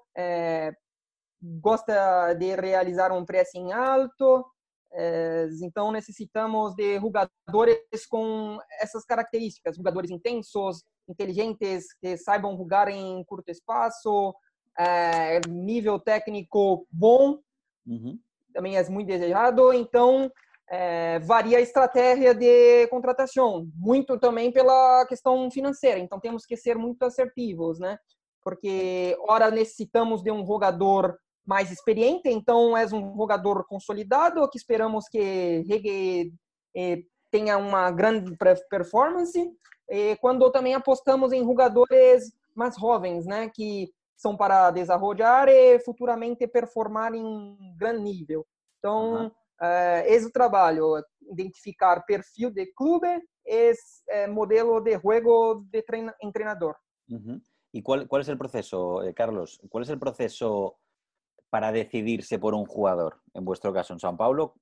gosta de realizar um pressing alto. Então necessitamos de jogadores com essas características, jogadores intensos, inteligentes, que saibam jogar em curto espaço, nível técnico bom, também é muito desejado. Então varia a estratégia de contratação, muito também pela questão financeira. Então temos que ser muito assertivos, né? Porque ora necessitamos de um jogador mais experiente, então é um jogador consolidado que esperamos que tenha uma grande performance. E quando também apostamos em jogadores mais jovens, né, que são para desenvolver e futuramente performar em grande nível. Então, esse é o trabalho, identificar perfil de clube e modelo de juego de entrenador. ¿Y cuál es el proceso, Carlos? ¿Cuál es el proceso para decidirse por un jugador? En vuestro caso, en São Paulo,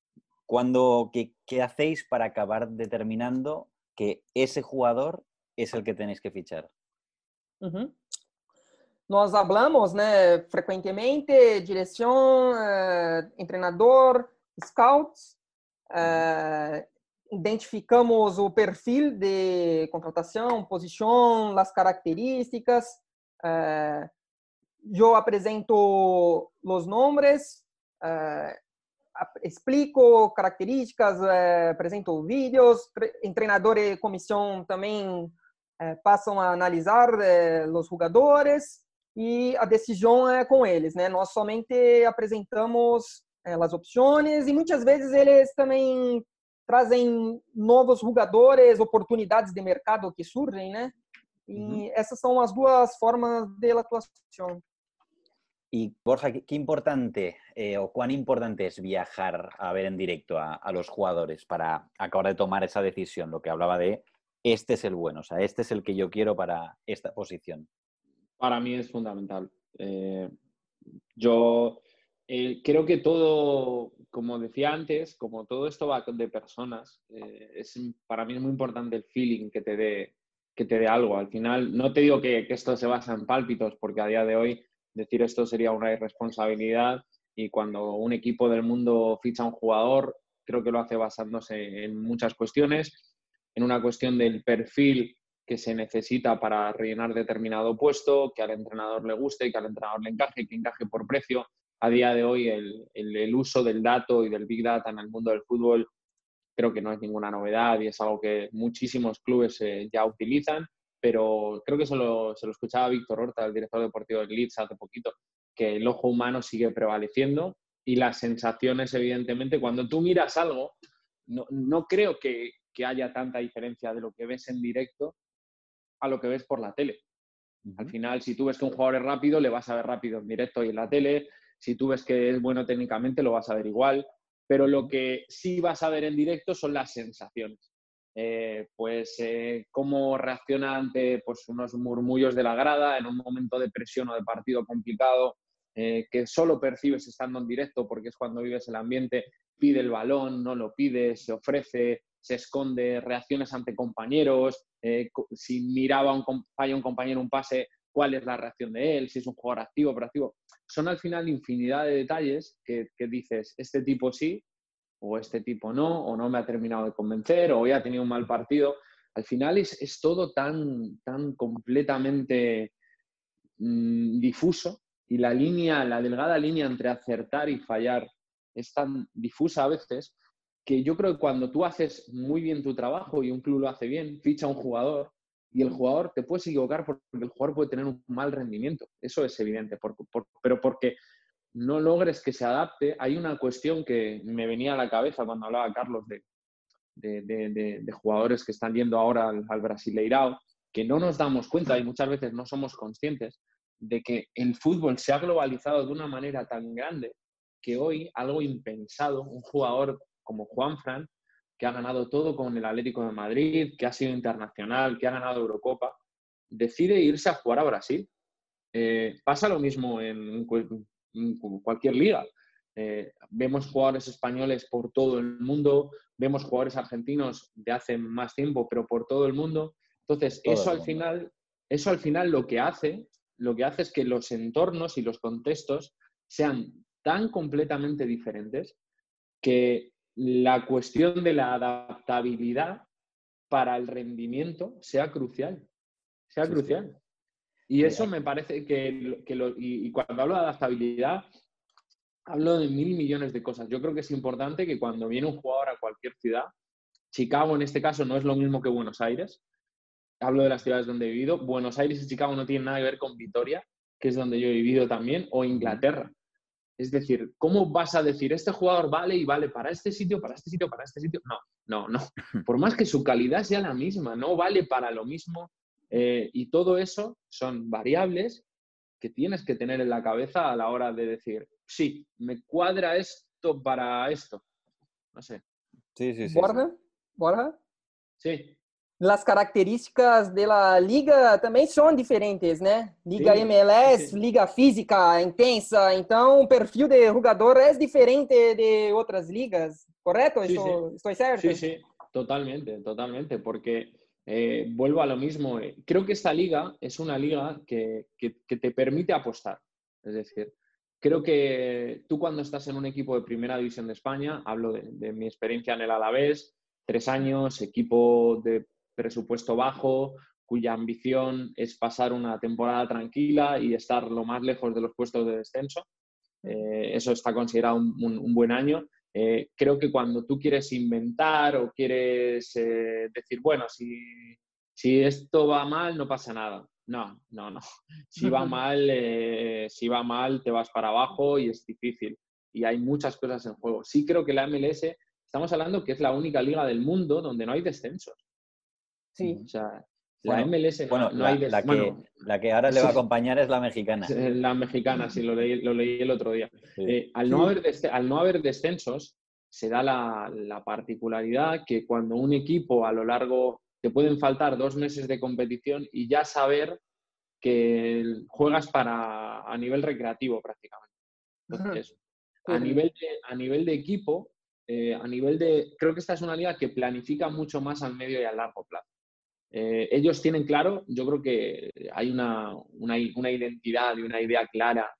¿qué hacéis para acabar determinando que ese jugador es el que tenéis que fichar? Nós hablamos, né, frequentemente, direção, treinador, scouts, identificamos o perfil de contratação, posição, as características. Eu apresento os nomes, explico características, apresento vídeos, treinador e comissão também passam a analisar os jogadores e a decisão é com eles, né? Nós somente apresentamos as opções e muitas vezes eles também trazem novos jogadores, oportunidades de mercado que surgem, né? E essas são as duas formas de atuação. Y Borja, ¿qué importante o cuán importante es viajar a ver en directo a los jugadores para acabar de tomar esa decisión? Lo que hablaba de este es el bueno, o sea, este es el que yo quiero para esta posición. Para mí es fundamental. Yo creo que todo, como decía antes, como todo esto va de personas, para mí es muy importante el feeling que te dé algo. Al final, no te digo que esto se basa en pálpitos, porque a día de hoy decir esto sería una irresponsabilidad, y cuando un equipo del mundo ficha a un jugador, creo que lo hace basándose en muchas cuestiones, en una cuestión del perfil que se necesita para rellenar determinado puesto, que al entrenador le guste, que al entrenador le encaje, que encaje por precio. A día de hoy el uso del dato y del Big Data en el mundo del fútbol creo que no es ninguna novedad y es algo que muchísimos clubes ya utilizan, pero creo que se lo escuchaba Víctor Horta, el director deportivo del Leeds, hace poquito, que el ojo humano sigue prevaleciendo y las sensaciones, evidentemente, cuando tú miras algo, no creo que haya tanta diferencia de lo que ves en directo a lo que ves por la tele. Al final, si tú ves que un jugador es rápido, le vas a ver rápido en directo y en la tele. Si tú ves que es bueno técnicamente, lo vas a ver igual. Pero lo que sí vas a ver en directo son las sensaciones. Cómo reacciona ante unos murmullos de la grada en un momento de presión o de partido complicado, que solo percibes estando en directo porque es cuando vives el ambiente. Pide el balón, no lo pide, se ofrece, se esconde reacciones ante compañeros, si falla un compañero un pase, cuál es la reacción de él, si es un jugador activo, proactivo. Son al final infinidad de detalles que dices, este tipo sí, o este tipo no, o no me ha terminado de convencer, o hoy ha tenido un mal partido. Al final es todo tan completamente difuso, y la delgada línea entre acertar y fallar es tan difusa a veces, que yo creo que cuando tú haces muy bien tu trabajo y un club lo hace bien, ficha a un jugador y el jugador te puedes equivocar porque el jugador puede tener un mal rendimiento. Eso es evidente, pero porque no logres que se adapte. Hay una cuestión que me venía a la cabeza cuando hablaba Carlos de jugadores que están yendo ahora al Brasileirao, que no nos damos cuenta y muchas veces no somos conscientes de que el fútbol se ha globalizado de una manera tan grande que hoy algo impensado, un jugador como Juanfran, que ha ganado todo con el Atlético de Madrid, que ha sido internacional, que ha ganado Eurocopa, decide irse a jugar a Brasil. Pasa lo mismo en cualquier liga. Vemos jugadores españoles por todo el mundo, vemos jugadores argentinos de hace más tiempo, pero por todo el mundo. Entonces, eso al final lo que hace es que los entornos y los contextos sean tan completamente diferentes que la cuestión de la adaptabilidad para el rendimiento sea crucial. Sea crucial. Y eso me parece y cuando hablo de adaptabilidad, hablo de 1.000 millones de cosas. Yo creo que es importante que cuando viene un jugador a cualquier ciudad, Chicago en este caso no es lo mismo que Buenos Aires, hablo de las ciudades donde he vivido, Buenos Aires y Chicago no tienen nada que ver con Vitoria, que es donde yo he vivido también, o Inglaterra. Es decir, ¿cómo vas a decir, este jugador vale y vale para este sitio, para este sitio, para este sitio? No. Por más que su calidad sea la misma, no vale para lo mismo. Y todo eso son variables que tienes que tener en la cabeza a la hora de decir, sí, me cuadra esto para esto. No sé. Sí. Borja? Sí. Las características de la liga também são diferentes, né? Liga MLS, liga física intensa, então o perfil de jogador é diferente de outras ligas, ¿correcto? ¿Estoy cierto? Sí, totalmente, porque vuelvo a lo mismo. Creo que esta liga es una liga que te permite apostar. Es decir, creo que tú cuando estás en un equipo de primera división de España, hablo de mi experiencia en el Alavés, 3 años, equipo de presupuesto bajo, cuya ambición es pasar una temporada tranquila y estar lo más lejos de los puestos de descenso. Eso está considerado un buen año. Creo que cuando tú quieres inventar o quieres decir, bueno, si esto va mal, no pasa nada. No. Si va mal, te vas para abajo y es difícil. Y hay muchas cosas en juego. Sí creo que la MLS, estamos hablando que es la única liga del mundo donde no hay descensos. Sí. O sea, la MLS no hay descensos. La que ahora le va a acompañar es la mexicana. La mexicana, sí, lo leí el otro día. Sí. Al no haber descensos, se da la particularidad que cuando un equipo a lo largo te pueden faltar 2 meses de competición y ya saber que juegas a nivel recreativo prácticamente. Entonces, a nivel de equipo, creo que esta es una liga que planifica mucho más al medio y a largo plazo. Ellos tienen claro, yo creo que hay una identidad y una idea clara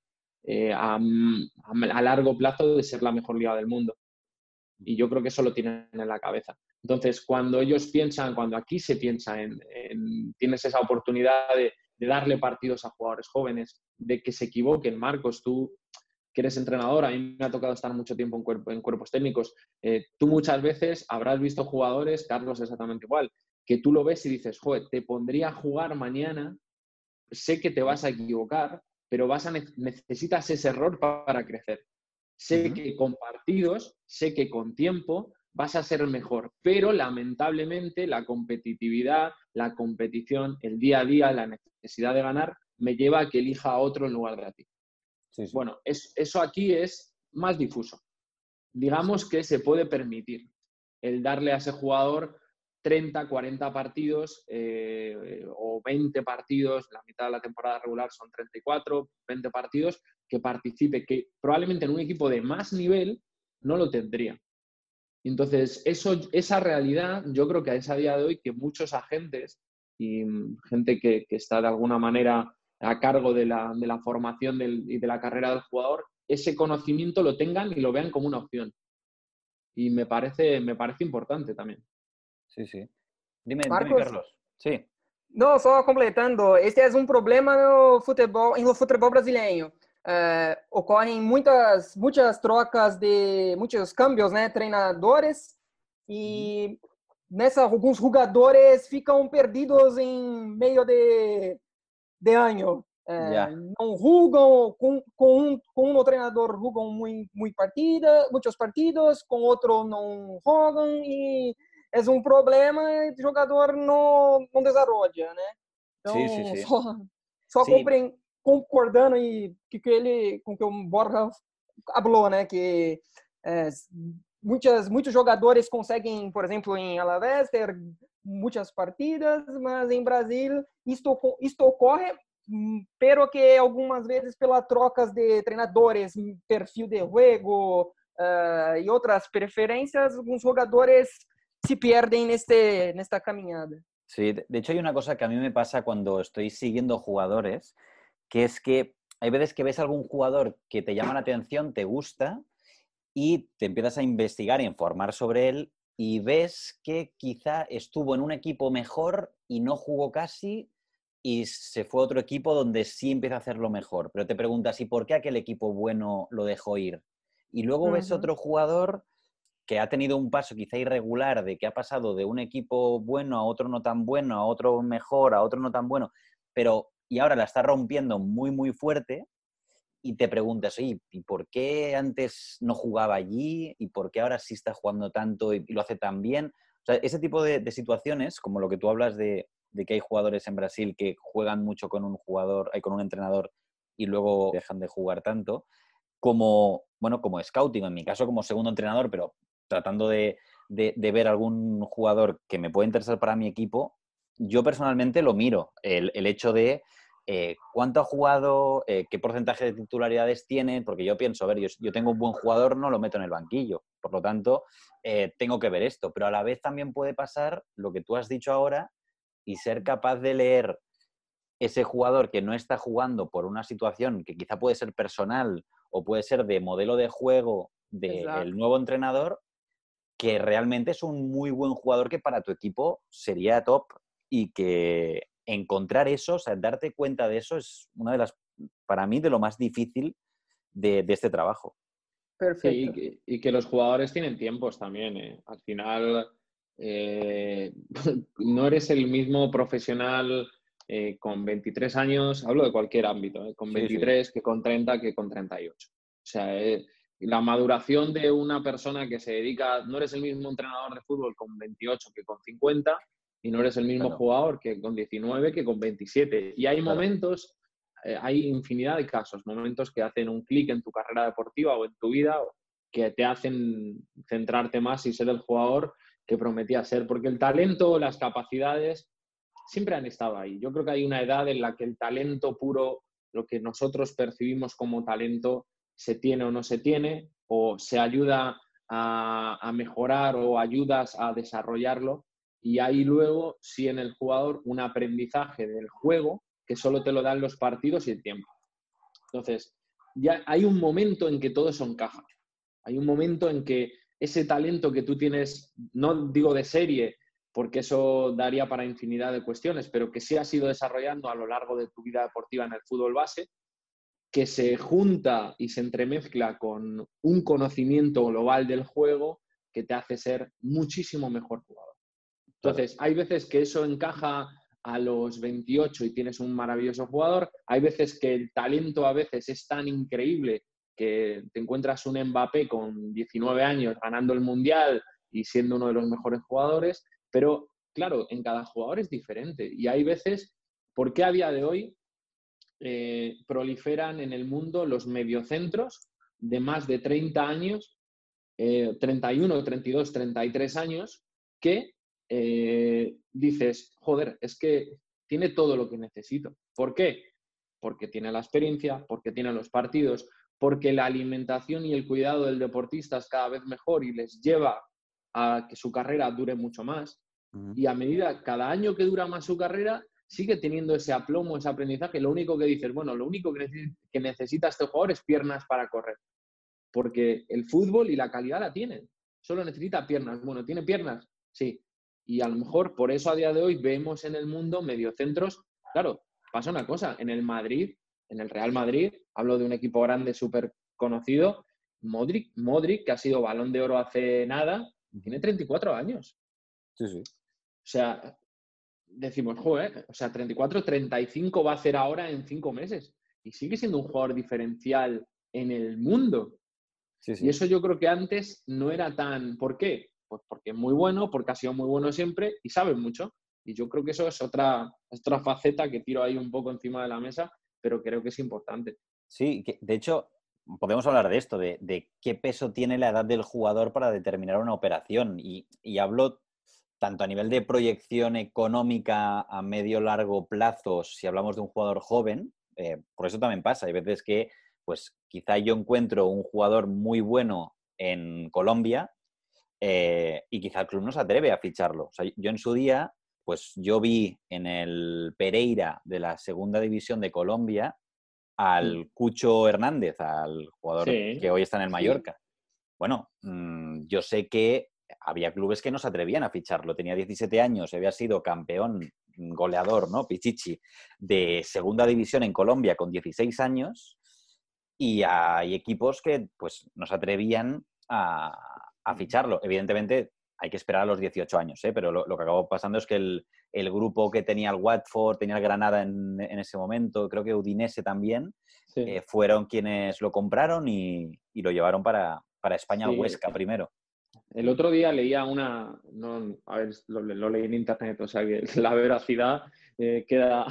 a largo plazo de ser la mejor liga del mundo. Y yo creo que eso lo tienen en la cabeza. Entonces, cuando aquí se piensa tienes esa oportunidad de darle partidos a jugadores jóvenes, de que se equivoquen. Marcos, tú que eres entrenador, a mí me ha tocado estar mucho tiempo en cuerpos técnicos. Tú muchas veces habrás visto jugadores, Carlos exactamente igual, que tú lo ves y dices, joder, te pondría a jugar mañana, sé que te vas a equivocar, pero necesitas ese error para crecer. Sé que con partidos, sé que con tiempo vas a ser mejor, pero lamentablemente la competitividad, la competición, el día a día, la necesidad de ganar, me lleva a que elija a otro en lugar de a ti. Sí. Bueno, eso aquí es más difuso. Digamos que se puede permitir el darle a ese jugador 30, 40 partidos o 20 partidos, la mitad de la temporada regular son 34, 20 partidos, que participe, que probablemente en un equipo de más nivel no lo tendría. Entonces, esa realidad, yo creo que es a día de hoy que muchos agentes y gente que está de alguna manera a cargo de la formación y de la carrera del jugador, ese conocimiento lo tengan y lo vean como una opción. Y me parece importante también. Sí, sí. Dime, Marcos, Carlos. Sí. não, só completando, esse é um problema no futebol brasileiro. Ocorrem muitas trocas muitos cambios, né, treinadores, e alguns jogadores ficam perdidos em meio de ano. Ya. Não jogam com um treinador, jogam muitos partidos, com outro não jogam e é um problema e o jogador não desenvolve, né? Sí, sí, Então, sí. só Sí, concordando e com que o Borja falou, né? Que muitos jogadores conseguem, por exemplo, em Alavés, ter muitas partidas, mas em Brasil isto ocorre, pero que algumas vezes pelas trocas de treinadores, perfil de juego e outras preferências, alguns jogadores se pierden nesta caminhada. sí. De hecho, hay una cosa que a mí me pasa cuando estoy siguiendo jugadores, que es que hay veces que ves algún jugador que te llama la atención, te gusta, y te empiezas a investigar y a informar sobre él y ves que quizá estuvo en un equipo mejor y no jugó casi y se fue a otro equipo donde sí empieza a hacerlo mejor. Pero te preguntas, ¿y por qué aquel equipo bueno lo dejó ir? Y luego ves otro jugador que ha tenido un paso quizá irregular, de que ha pasado de un equipo bueno a otro no tan bueno, a otro mejor, a otro no tan bueno, pero y ahora la está rompiendo muy, muy fuerte. Y te preguntas, oye, ¿y por qué antes no jugaba allí? ¿Y por qué ahora sí está jugando tanto y lo hace tan bien? O sea, ese tipo de situaciones, como lo que tú hablas de que hay jugadores en Brasil que juegan mucho con un jugador, con un entrenador y luego dejan de jugar tanto, como scouting, en mi caso como segundo entrenador, pero tratando de ver algún jugador que me puede interesar para mi equipo, yo personalmente lo miro. El hecho de cuánto ha jugado, qué porcentaje de titularidades tiene, porque yo pienso, a ver, yo tengo un buen jugador, no lo meto en el banquillo, por lo tanto, tengo que ver esto, pero a la vez también puede pasar lo que tú has dicho ahora y ser capaz de leer ese jugador que no está jugando por una situación que quizá puede ser personal o puede ser de modelo de juego del nuevo entrenador, que realmente es un muy buen jugador que para tu equipo sería top y que encontrar eso, o sea, darte cuenta de eso es una de las, para mí, de lo más difícil de este trabajo. Perfecto. Sí, y que los jugadores tienen tiempos también. Al final, no eres el mismo profesional con 23 años, hablo de cualquier ámbito, con 23 sí. Que con 30, que con 38. O sea, la maduración de una persona que se dedica, no eres el mismo entrenador de fútbol con 28 que con 50, y no eres el mismo jugador que con 19 que con 27. Y hay momentos, hay infinidad de casos, momentos que hacen un clic en tu carrera deportiva o en tu vida que te hacen centrarte más y ser el jugador que prometía ser. Porque el talento, las capacidades, siempre han estado ahí. Yo creo que hay una edad en la que el talento puro, lo que nosotros percibimos como talento, se tiene o no se tiene, o se ayuda a mejorar o ayudas a desarrollarlo. Y hay luego, sí, en el jugador, un aprendizaje del juego que solo te lo dan los partidos y el tiempo. Entonces, ya hay un momento en que todo eso encaja. Hay un momento en que ese talento que tú tienes, no digo de serie, porque eso daría para infinidad de cuestiones, pero que sí has ido desarrollando a lo largo de tu vida deportiva en el fútbol base, que se junta y se entremezcla con un conocimiento global del juego que te hace ser muchísimo mejor jugador. Entonces, hay veces que eso encaja a los 28 y tienes un maravilloso jugador. Hay veces que el talento a veces es tan increíble que te encuentras un Mbappé con 19 años ganando el Mundial y siendo uno de los mejores jugadores. Pero, claro, en cada jugador es diferente. Y hay veces, ¿por qué a día de hoy proliferan en el mundo los mediocentros de más de 30 años, 31, 32, 33 años, que dices, joder, es que tiene todo lo que necesito? ¿Por qué? Porque tiene la experiencia, porque tiene los partidos, porque la alimentación y el cuidado del deportista es cada vez mejor y les lleva a que su carrera dure mucho más. Ujú. Y a medida, cada año que dura más su carrera, sigue teniendo ese aplomo, ese aprendizaje. Lo único que dices, bueno, lo único que necesita este jugador es piernas para correr. Porque el fútbol y la calidad la tienen. Solo necesita piernas. Bueno, ¿tiene piernas? Sí. Y a lo mejor por eso a día de hoy vemos en el mundo mediocentros. Claro, pasa una cosa. En el Madrid, en el Real Madrid, hablo de un equipo grande, súper conocido, Modric, que ha sido Balón de Oro hace nada, tiene 34 años. Sí, sí. O sea, decimos, joder, o sea, 34, 35 va a hacer ahora en 5 meses. Y sigue siendo un jugador diferencial en el mundo. Sí, Y sí. eso yo creo que antes no era tan... ¿Por qué? Pues porque es muy bueno, porque ha sido muy bueno siempre y sabe mucho. Y yo creo que eso es otra faceta que tiro ahí un poco encima de la mesa, pero creo que es importante. Sí, de hecho, podemos hablar de esto, de qué peso tiene la edad del jugador para determinar una operación. Y hablo tanto a nivel de proyección económica a medio largo plazo, si hablamos de un jugador joven, por eso también pasa. Hay veces que, pues, quizá yo encuentro un jugador muy bueno en Colombia y quizá el club no se atreve a ficharlo. O sea, yo en su día, pues yo vi en el Pereira de la segunda división de Colombia al Cucho Hernández, al jugador Sí, que hoy está en el sí. Mallorca. Bueno, yo sé que había clubes que no se atrevían a ficharlo. Tenía 17 años, había sido campeón, goleador, ¿no? Pichichi, de segunda división en Colombia con 16 años y hay equipos que pues no se atrevían a ficharlo. Evidentemente hay que esperar a los 18 años, ¿eh? Pero lo que acabó pasando es que el grupo que tenía el Watford, tenía el Granada en ese momento, creo que Udinese también, Sí. fueron quienes lo compraron y lo llevaron para España al Sí, Huesca primero. el otro día leía una, no, a ver, lo leí en internet, o sea que la veracidad queda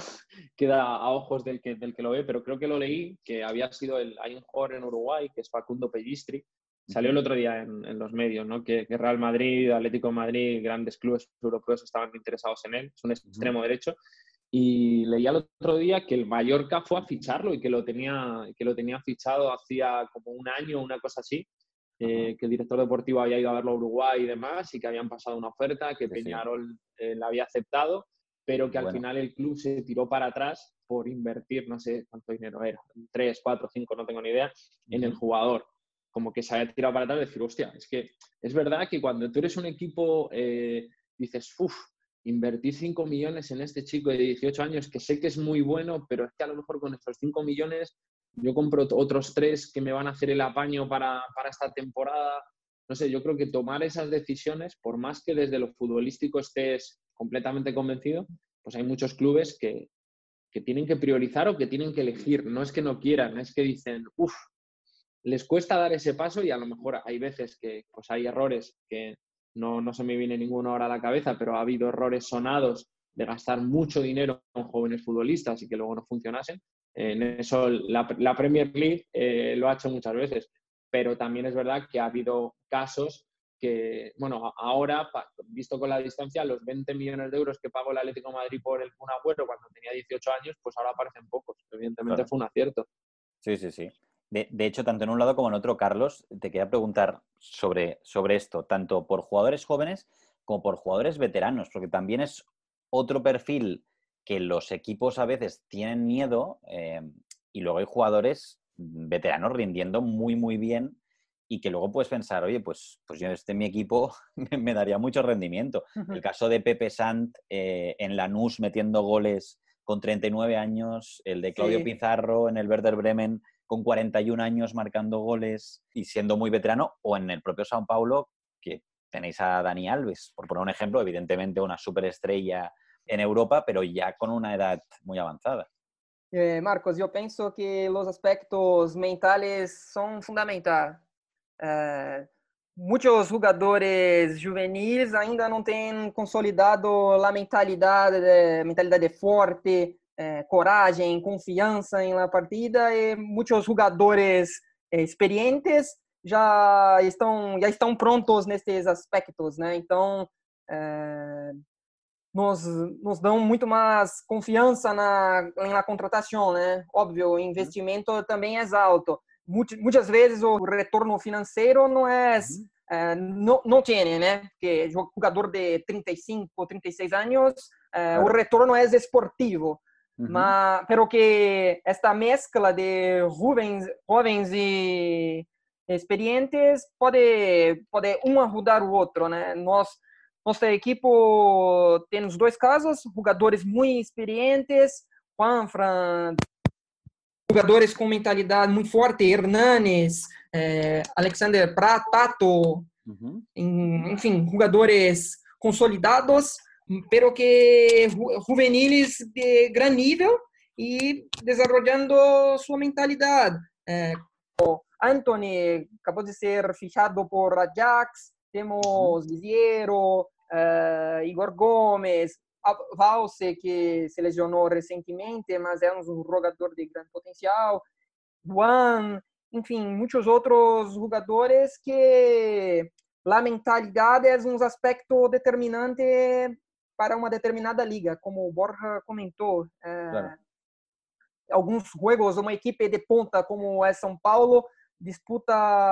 a ojos del que lo ve, pero creo que lo leí, que había sido hay un jugador en Uruguay, que es Facundo Pellistri, salió el otro día en los medios, ¿no? Que Real Madrid, Atlético de Madrid, grandes clubes europeos estaban interesados en él, es un extremo derecho, y leía el otro día que el Mallorca fue a ficharlo y que lo tenía fichado hacía como un año, una cosa así, que el director deportivo había ido a verlo a Uruguay y demás, y que habían pasado una oferta, que Sí, Peñarol la había aceptado, pero que al Bueno, final el club se tiró para atrás por invertir, no sé cuánto dinero era, 3, 4, 5, no tengo ni idea, en el jugador. Como que se había tirado para atrás y decir, hostia, es que es verdad que cuando tú eres un equipo, dices, uff, invertir 5 millones en este chico de 18 años, que sé que es muy bueno, pero es que a lo mejor con estos 5 millones yo compro otros 3 que me van a hacer el apaño para esta temporada. No sé, yo creo que tomar esas decisiones, por más que desde lo futbolístico estés completamente convencido, pues hay muchos clubes que tienen que priorizar o que tienen que elegir. No es que no quieran, es que dicen, uff, les cuesta dar ese paso y a lo mejor hay veces que pues hay errores que no se me viene ninguno ahora a la cabeza, pero ha habido errores sonados de gastar mucho dinero en jóvenes futbolistas y que luego no funcionasen. En eso la Premier League lo ha hecho muchas veces, pero también es verdad que ha habido casos que, bueno, ahora, visto con la distancia, los 20 millones de euros que pagó el Atlético de Madrid por el Kun Agüero cuando tenía 18 años, pues ahora parecen pocos. Evidentemente claro. fue un acierto. Sí, sí, sí. De hecho, tanto en un lado como en otro, Carlos, te quería preguntar sobre esto, tanto por jugadores jóvenes como por jugadores veteranos, porque también es otro perfil que los equipos a veces tienen miedo y luego hay jugadores veteranos rindiendo muy, muy bien y que luego puedes pensar, oye, pues yo en mi equipo me daría mucho rendimiento. El caso de Pepe Sant en Lanús metiendo goles con 39 años, el de Claudio Sí. Pizarro en el Werder Bremen con 41 años marcando goles y siendo muy veterano, o en el propio São Paulo, que tenéis a Dani Alves, por poner un ejemplo, evidentemente una superestrella en Europa, pero ya con una edad muy avanzada. Marcos, eu penso que os aspectos mentais são fundamentais. Muitos jogadores juvenis ainda não têm consolidado a mentalidade forte, coragem, confiança na partida, e muitos jogadores experientes já estão prontos nesses aspectos, né? Então, nos dão muito mais confiança na contratação, né? Óbvio, o investimento também é alto. Muitas vezes o retorno financeiro não é no tienen, que es un jugador de 35, 36 años, Claro. el retorno es esportivo. Ujú. Pero que esta mezcla de jóvenes y experientes puede um ajudar o outro, né? Nosso equipo tem os dois casos, jogadores muito experientes, Juanfran, jogadores com mentalidade muito forte, Hernanes, Alexander Pato, Ujú. enfim, jogadores consolidados, pero que juveniles de gran nível e desarrollando sua mentalidade. Anthony acabou de ser fichado por Ajax, temos Visiero, Igor Gomes, Valse, que se lesionou recentemente, mas é um jogador de grande potencial, Juan, enfim, muitos outros jogadores que a mentalidade é um aspecto determinante para uma determinada liga, como o Borja comentou. Claro. Alguns jogos, uma equipe de ponta como é São Paulo, disputa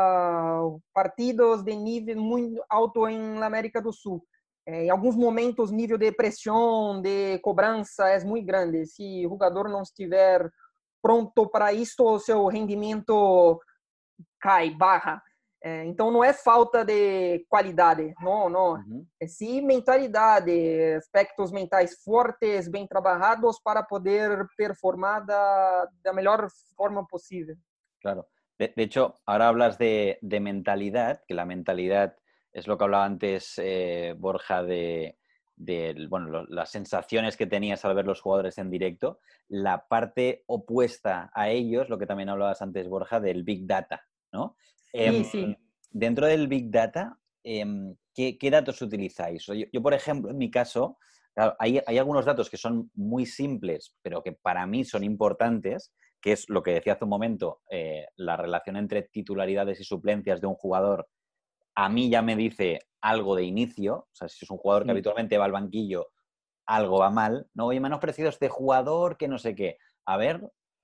partidos de nível muito alto em América do Sul. Em alguns momentos, o nível de pressão, de cobrança é muito grande. Se o jogador não estiver pronto para isso, o seu rendimento cai, barra. Então, não é falta de qualidade, não. Ujú. É sim mentalidade, aspectos mentais fortes, bem trabalhados para poder performar da melhor forma possível. Claro. De hecho, ahora hablas de mentalidad, que la mentalidad es lo que hablaba antes Borja bueno, las sensaciones que tenías al ver los jugadores en directo. La parte opuesta a ellos, lo que también hablabas antes, Borja, del Big Data, ¿no? Sí. Dentro del Big Data, ¿qué datos utilizáis? Yo, por ejemplo, en mi caso, claro, hay algunos datos que son muy simples, pero que para mí son importantes, que es lo que decía hace un momento, la relación entre titularidades y suplencias de un jugador, a mí ya me dice algo de inicio. O sea, si es un jugador que habitualmente va al banquillo, algo va mal, ¿no? Oye, me han ofrecido este jugador que no sé qué. A ver,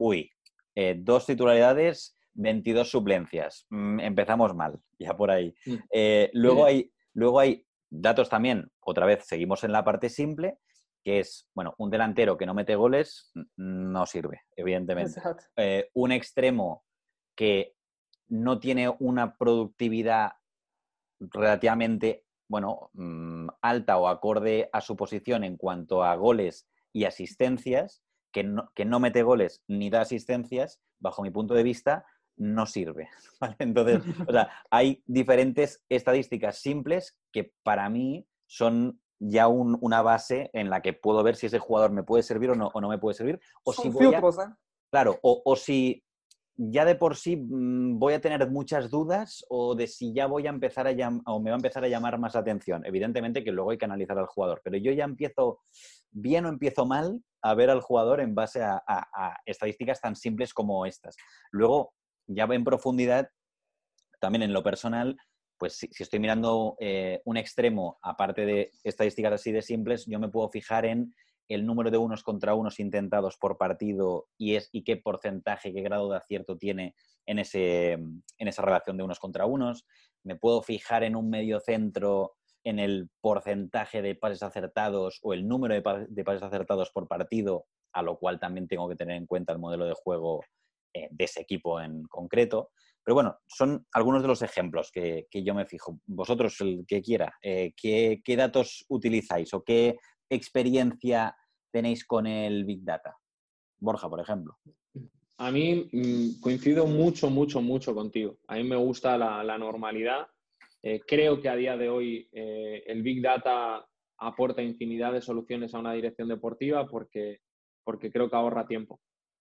2 titularidades, 22 suplencias. Empezamos mal, ya por ahí. Luego hay datos también, otra vez, seguimos en la parte simple, que es, bueno, un delantero que no mete goles no sirve, evidentemente. Un extremo que no tiene una productividad relativamente, bueno, alta o acorde a su posición en cuanto a goles y asistencias, que no mete goles ni da asistencias, bajo mi punto de vista, no sirve, ¿vale? Entonces, o sea, hay diferentes estadísticas simples que para mí son ya una base en la que puedo ver si ese jugador me puede servir o no me puede servir. O Son si voy filtros, ¿eh? Claro, o si ya de por sí voy a tener muchas dudas o de si ya voy a empezar o me va a empezar a llamar más atención. Evidentemente que luego hay que analizar al jugador, pero yo ya empiezo bien o empiezo mal a ver al jugador en base a estadísticas tan simples como estas. Luego, ya en profundidad, también en lo personal, pues si estoy mirando un extremo, aparte de estadísticas así de simples, yo me puedo fijar en el número de unos contra unos intentados por partido y qué porcentaje, qué grado de acierto tiene en esa relación de unos contra unos. Me puedo fijar en un mediocentro, en el porcentaje de pases acertados o el número de pases acertados por partido, a lo cual también tengo que tener en cuenta el modelo de juego de ese equipo en concreto. Pero bueno, son algunos de los ejemplos que yo me fijo. Vosotros, el que quiera, ¿qué datos utilizáis o qué experiencia tenéis con el Big Data? Borja, por ejemplo. A mí coincido mucho contigo. A mí me gusta la normalidad. Creo que a día de hoy el Big Data aporta infinidad de soluciones a una dirección deportiva porque creo que ahorra tiempo.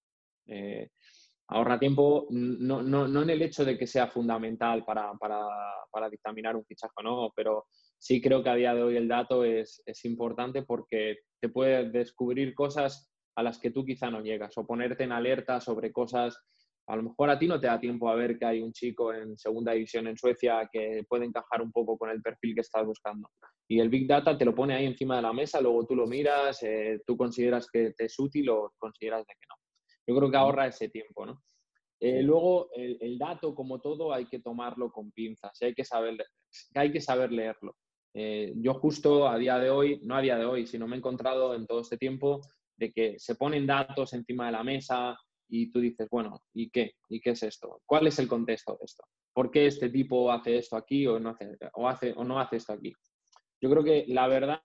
Ahorra tiempo no en el hecho de que sea fundamental para dictaminar un fichaje o no, pero sí creo que a día de hoy el dato es importante porque te puede descubrir cosas a las que tú quizá no llegas o ponerte en alerta sobre cosas. A lo mejor a ti no te da tiempo a ver que hay un chico en segunda división en Suecia que puede encajar un poco con el perfil que estás buscando. Y el Big Data te lo pone ahí encima de la mesa, luego tú lo miras, tú consideras que te es útil o consideras de que no. Yo creo que ahorra ese tiempo, ¿no? Luego, el dato, como todo, hay que tomarlo con pinzas, hay que saber leerlo. Yo justo a día de hoy, no a día de hoy, sino me he encontrado en todo este tiempo de que se ponen datos encima de la mesa y tú dices, bueno, ¿y qué? ¿Y qué es esto? ¿Cuál es el contexto de esto? ¿Por qué este tipo hace esto aquí o no hace esto aquí? Yo creo que la verdad,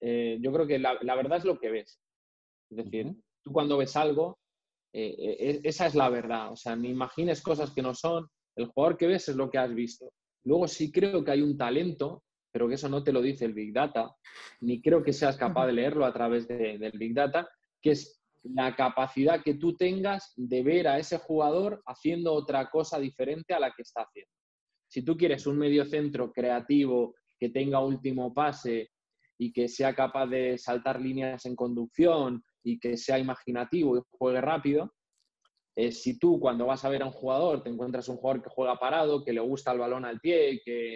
la verdad es lo que ves. Es decir, tú cuando ves algo, esa es la verdad. O sea, ni imagines cosas que no son. El jugador que ves es lo que has visto. Luego sí creo que hay un talento, pero que eso no te lo dice el Big Data, ni creo que seas capaz de leerlo a través del Big Data, que es la capacidad que tú tengas de ver a ese jugador haciendo otra cosa diferente a la que está haciendo. Si tú quieres un mediocentro creativo, que tenga último pase y que sea capaz de saltar líneas en conducción y que sea imaginativo y juegue rápido, si tú cuando vas a ver a un jugador te encuentras un jugador que juega parado, que le gusta el balón al pie, que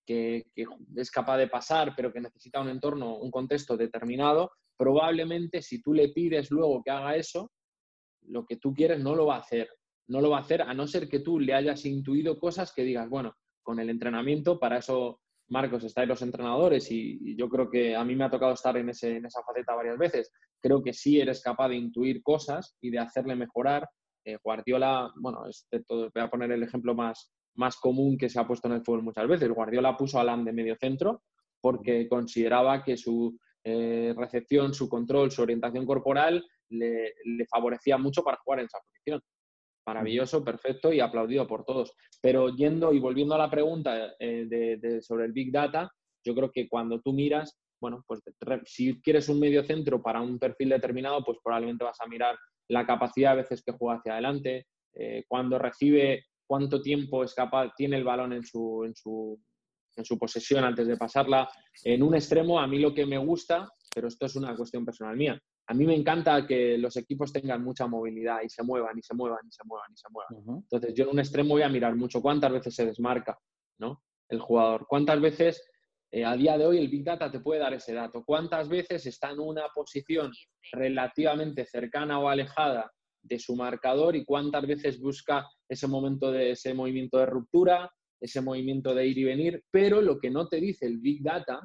es capaz de pasar, pero que necesita un entorno, un contexto determinado, probablemente si tú le pides luego que haga eso, lo que tú quieres no lo va a hacer. No lo va a hacer a no ser que tú le hayas intuido cosas que digas, bueno, con el entrenamiento, para eso, Marcos, estáis los entrenadores y yo creo que a mí me ha tocado estar en esa faceta varias veces. Creo que sí eres capaz de intuir cosas y de hacerle mejorar. Guardiola, bueno, voy a poner el ejemplo más común que se ha puesto en el fútbol muchas veces. Guardiola puso a Haaland de medio centro porque consideraba que su recepción, su control, su orientación corporal le favorecía mucho para jugar en esa posición. Maravilloso, perfecto y aplaudido por todos. Pero yendo y volviendo a la pregunta sobre el Big Data, yo creo que cuando tú miras, bueno, pues si quieres un medio centro para un perfil determinado, pues probablemente vas a mirar la capacidad a veces que juega hacia adelante, cuando recibe, cuánto tiempo es capaz, tiene el balón en su posesión antes de pasarla. En un extremo, a mí lo que me gusta, pero esto es una cuestión personal mía, a mí me encanta que los equipos tengan mucha movilidad y se muevan, y se muevan, y se muevan, y se muevan. Entonces, yo en un extremo voy a mirar mucho cuántas veces se desmarca, ¿no?, el jugador. Cuántas veces, a día de hoy, el Big Data te puede dar ese dato. Cuántas veces está en una posición relativamente cercana o alejada de su marcador y cuántas veces busca ese movimiento de ruptura, ese movimiento de ir y venir. Pero lo que no te dice el Big Data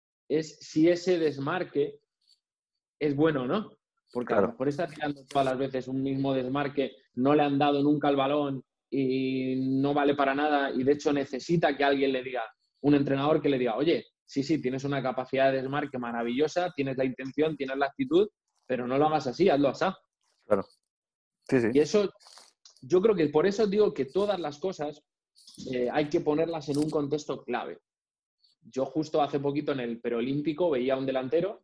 es si ese desmarque es bueno o no. Porque a lo mejor está tirando todas las veces un mismo desmarque, no le han dado nunca el balón y no vale para nada y de hecho necesita que alguien le diga, un entrenador que le diga, oye, sí, tienes una capacidad de desmarque maravillosa, tienes la intención, tienes la actitud, pero no lo hagas así, hazlo así. Claro. Sí. Y eso, yo creo que por eso digo que todas las cosas hay que ponerlas en un contexto clave. Yo justo hace poquito en el preolímpico veía a un delantero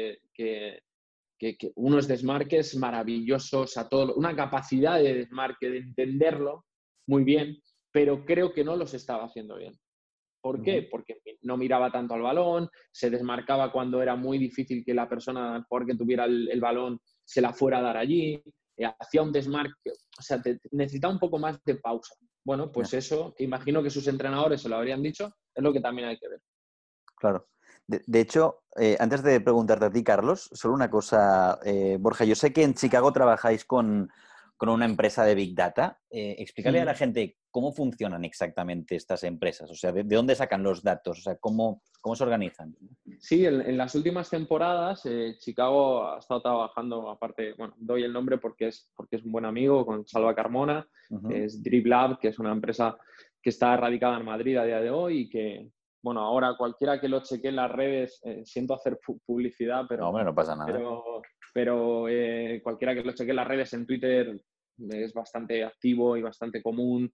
que unos desmarques maravillosos, una capacidad de desmarque, de entenderlo muy bien, pero creo que no los estaba haciendo bien. ¿Por qué? Porque no miraba tanto al balón, se desmarcaba cuando era muy difícil que la persona, el jugador que tuviera el balón, se la fuera a dar allí, hacía un desmarque, o sea, necesitaba un poco más de pausa. Bueno, pues eso, imagino que sus entrenadores se lo habrían dicho, es lo que también hay que ver. Claro. De hecho, antes de preguntarte a ti, Carlos, solo una cosa, Borja, yo sé que en Chicago trabajáis con una empresa de Big Data. Explícale a la gente cómo funcionan exactamente estas empresas, o sea, de dónde sacan los datos, o sea, cómo se organizan. Sí, en las últimas temporadas Chicago ha estado trabajando, aparte, bueno, doy el nombre porque es un buen amigo, con Salva Carmona, es DribLab, que es una empresa que está radicada en Madrid a día de hoy y que, bueno, ahora cualquiera que lo chequee en las redes, siento hacer publicidad, pero... No, hombre, no pasa nada. Pero cualquiera que lo chequee en las redes, en Twitter, es bastante activo y bastante común.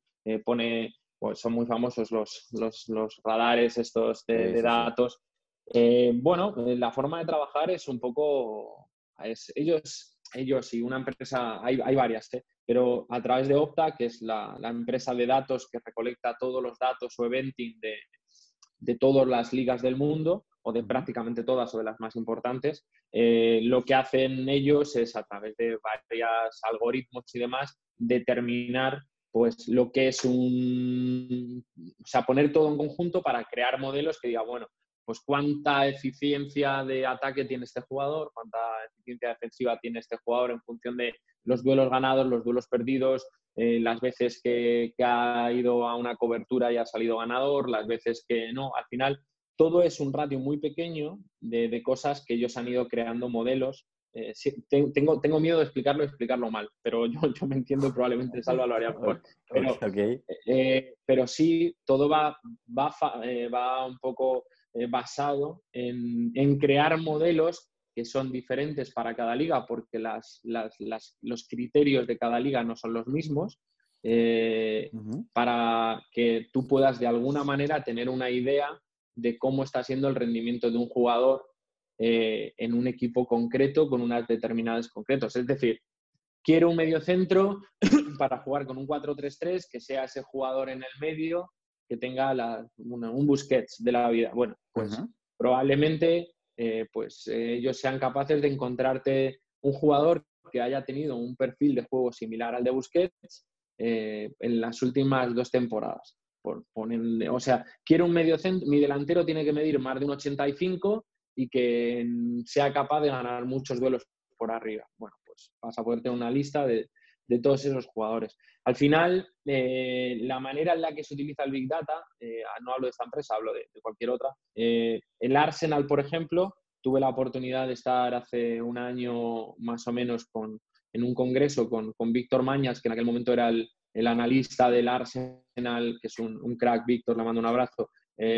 Pues son muy famosos los radares estos de datos. Bueno, la forma de trabajar es un poco... ellos y una empresa, hay varias, pero a través de Opta, que es la empresa de datos que recolecta todos los datos o eventing de todas las ligas del mundo, o de prácticamente todas o de las más importantes, lo que hacen ellos es, a través de varios algoritmos y demás, determinar pues lo que es o sea, poner todo en conjunto para crear modelos que diga, bueno, pues cuánta eficiencia de ataque tiene este jugador, cuánta eficiencia defensiva tiene este jugador en función de los duelos ganados, los duelos perdidos, las veces que ha ido a una cobertura y ha salido ganador, las veces que no. Al final, todo es un ratio muy pequeño de cosas que ellos han ido creando modelos. Tengo miedo de explicarlo mal, pero yo me entiendo y probablemente Salva lo haría mejor. Pero sí, todo va un poco basado en crear modelos que son diferentes para cada liga, porque los criterios de cada liga no son los mismos, para que tú puedas de alguna manera tener una idea de cómo está siendo el rendimiento de un jugador en un equipo concreto con unas determinadas concretos. Es decir, quiero un mediocentro para jugar con un 4-3-3, que sea ese jugador en el medio que tenga un Busquets de la vida. Bueno, pues probablemente ellos sean capaces de encontrarte un jugador que haya tenido un perfil de juego similar al de Busquets en las últimas 2 temporadas. O sea, quiero un mediocentro, mi delantero tiene que medir más de un 85 y que sea capaz de ganar muchos duelos por arriba. Bueno, pues vas a poder tener una lista de todos esos jugadores. Al final, la manera en la que se utiliza el Big Data, no hablo de esta empresa, hablo de cualquier otra. El Arsenal, por ejemplo, tuve la oportunidad de estar hace un año más o menos en un congreso con Víctor Mañas, que en aquel momento era el analista del Arsenal, que es un crack. Víctor, le mando un abrazo.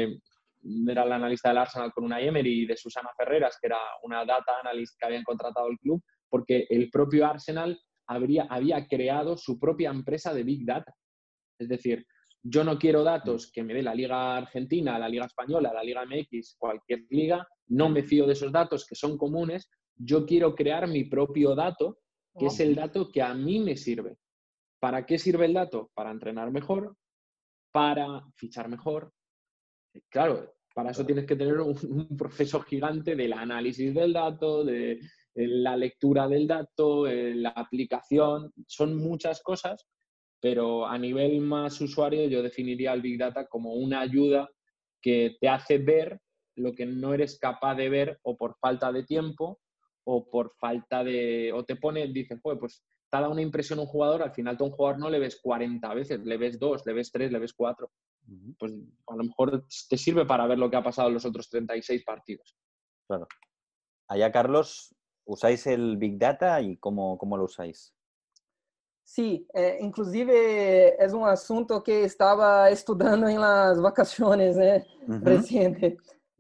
Era el analista del Arsenal con Unai Emery, y de Susana Ferreras, que era una data analyst que habían contratado el club, porque el propio Arsenal había creado su propia empresa de Big Data. Es decir, yo no quiero datos que me dé la Liga Argentina, la Liga Española, la Liga MX, cualquier liga, no me fío de esos datos que son comunes, yo quiero crear mi propio dato, que es el dato que a mí me sirve. ¿Para qué sirve el dato? Para entrenar mejor, para fichar mejor. Claro, para eso tienes que tener un proceso gigante del análisis del dato, de la lectura del dato, la aplicación. Son muchas cosas, pero a nivel más usuario yo definiría el Big Data como una ayuda que te hace ver lo que no eres capaz de ver, o por falta de tiempo, o por falta de... o te dices, pues te ha dado una impresión a un jugador, al final tú a un jugador no le ves 40 veces, le ves 2, le ves 3, le ves 4. Pues a lo mejor te sirve para ver lo que ha pasado en los otros 36 partidos. Claro. Allá, Carlos, ¿usáis el Big Data y cómo lo usáis? Sí, inclusive es un asunto que estaba estudiando en las vacaciones, né, reciente.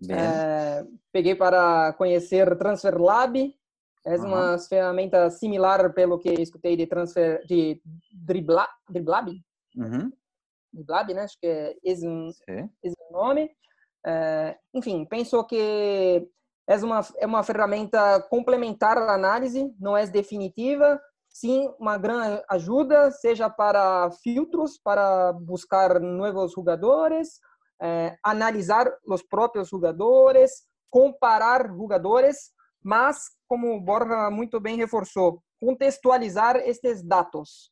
Peguei para conhecer Transfer Lab. É uma ferramenta similar, pelo que escutei, de Driblab. Driblab, né? Acho que é esse o nome. Enfim, penso que é uma ferramenta complementar à análise, não é definitiva, sim uma grande ajuda, seja para filtros, para buscar novos jogadores, analisar os próprios jogadores, comparar jogadores, mas, como o Borja muito bem reforçou, contextualizar estes dados.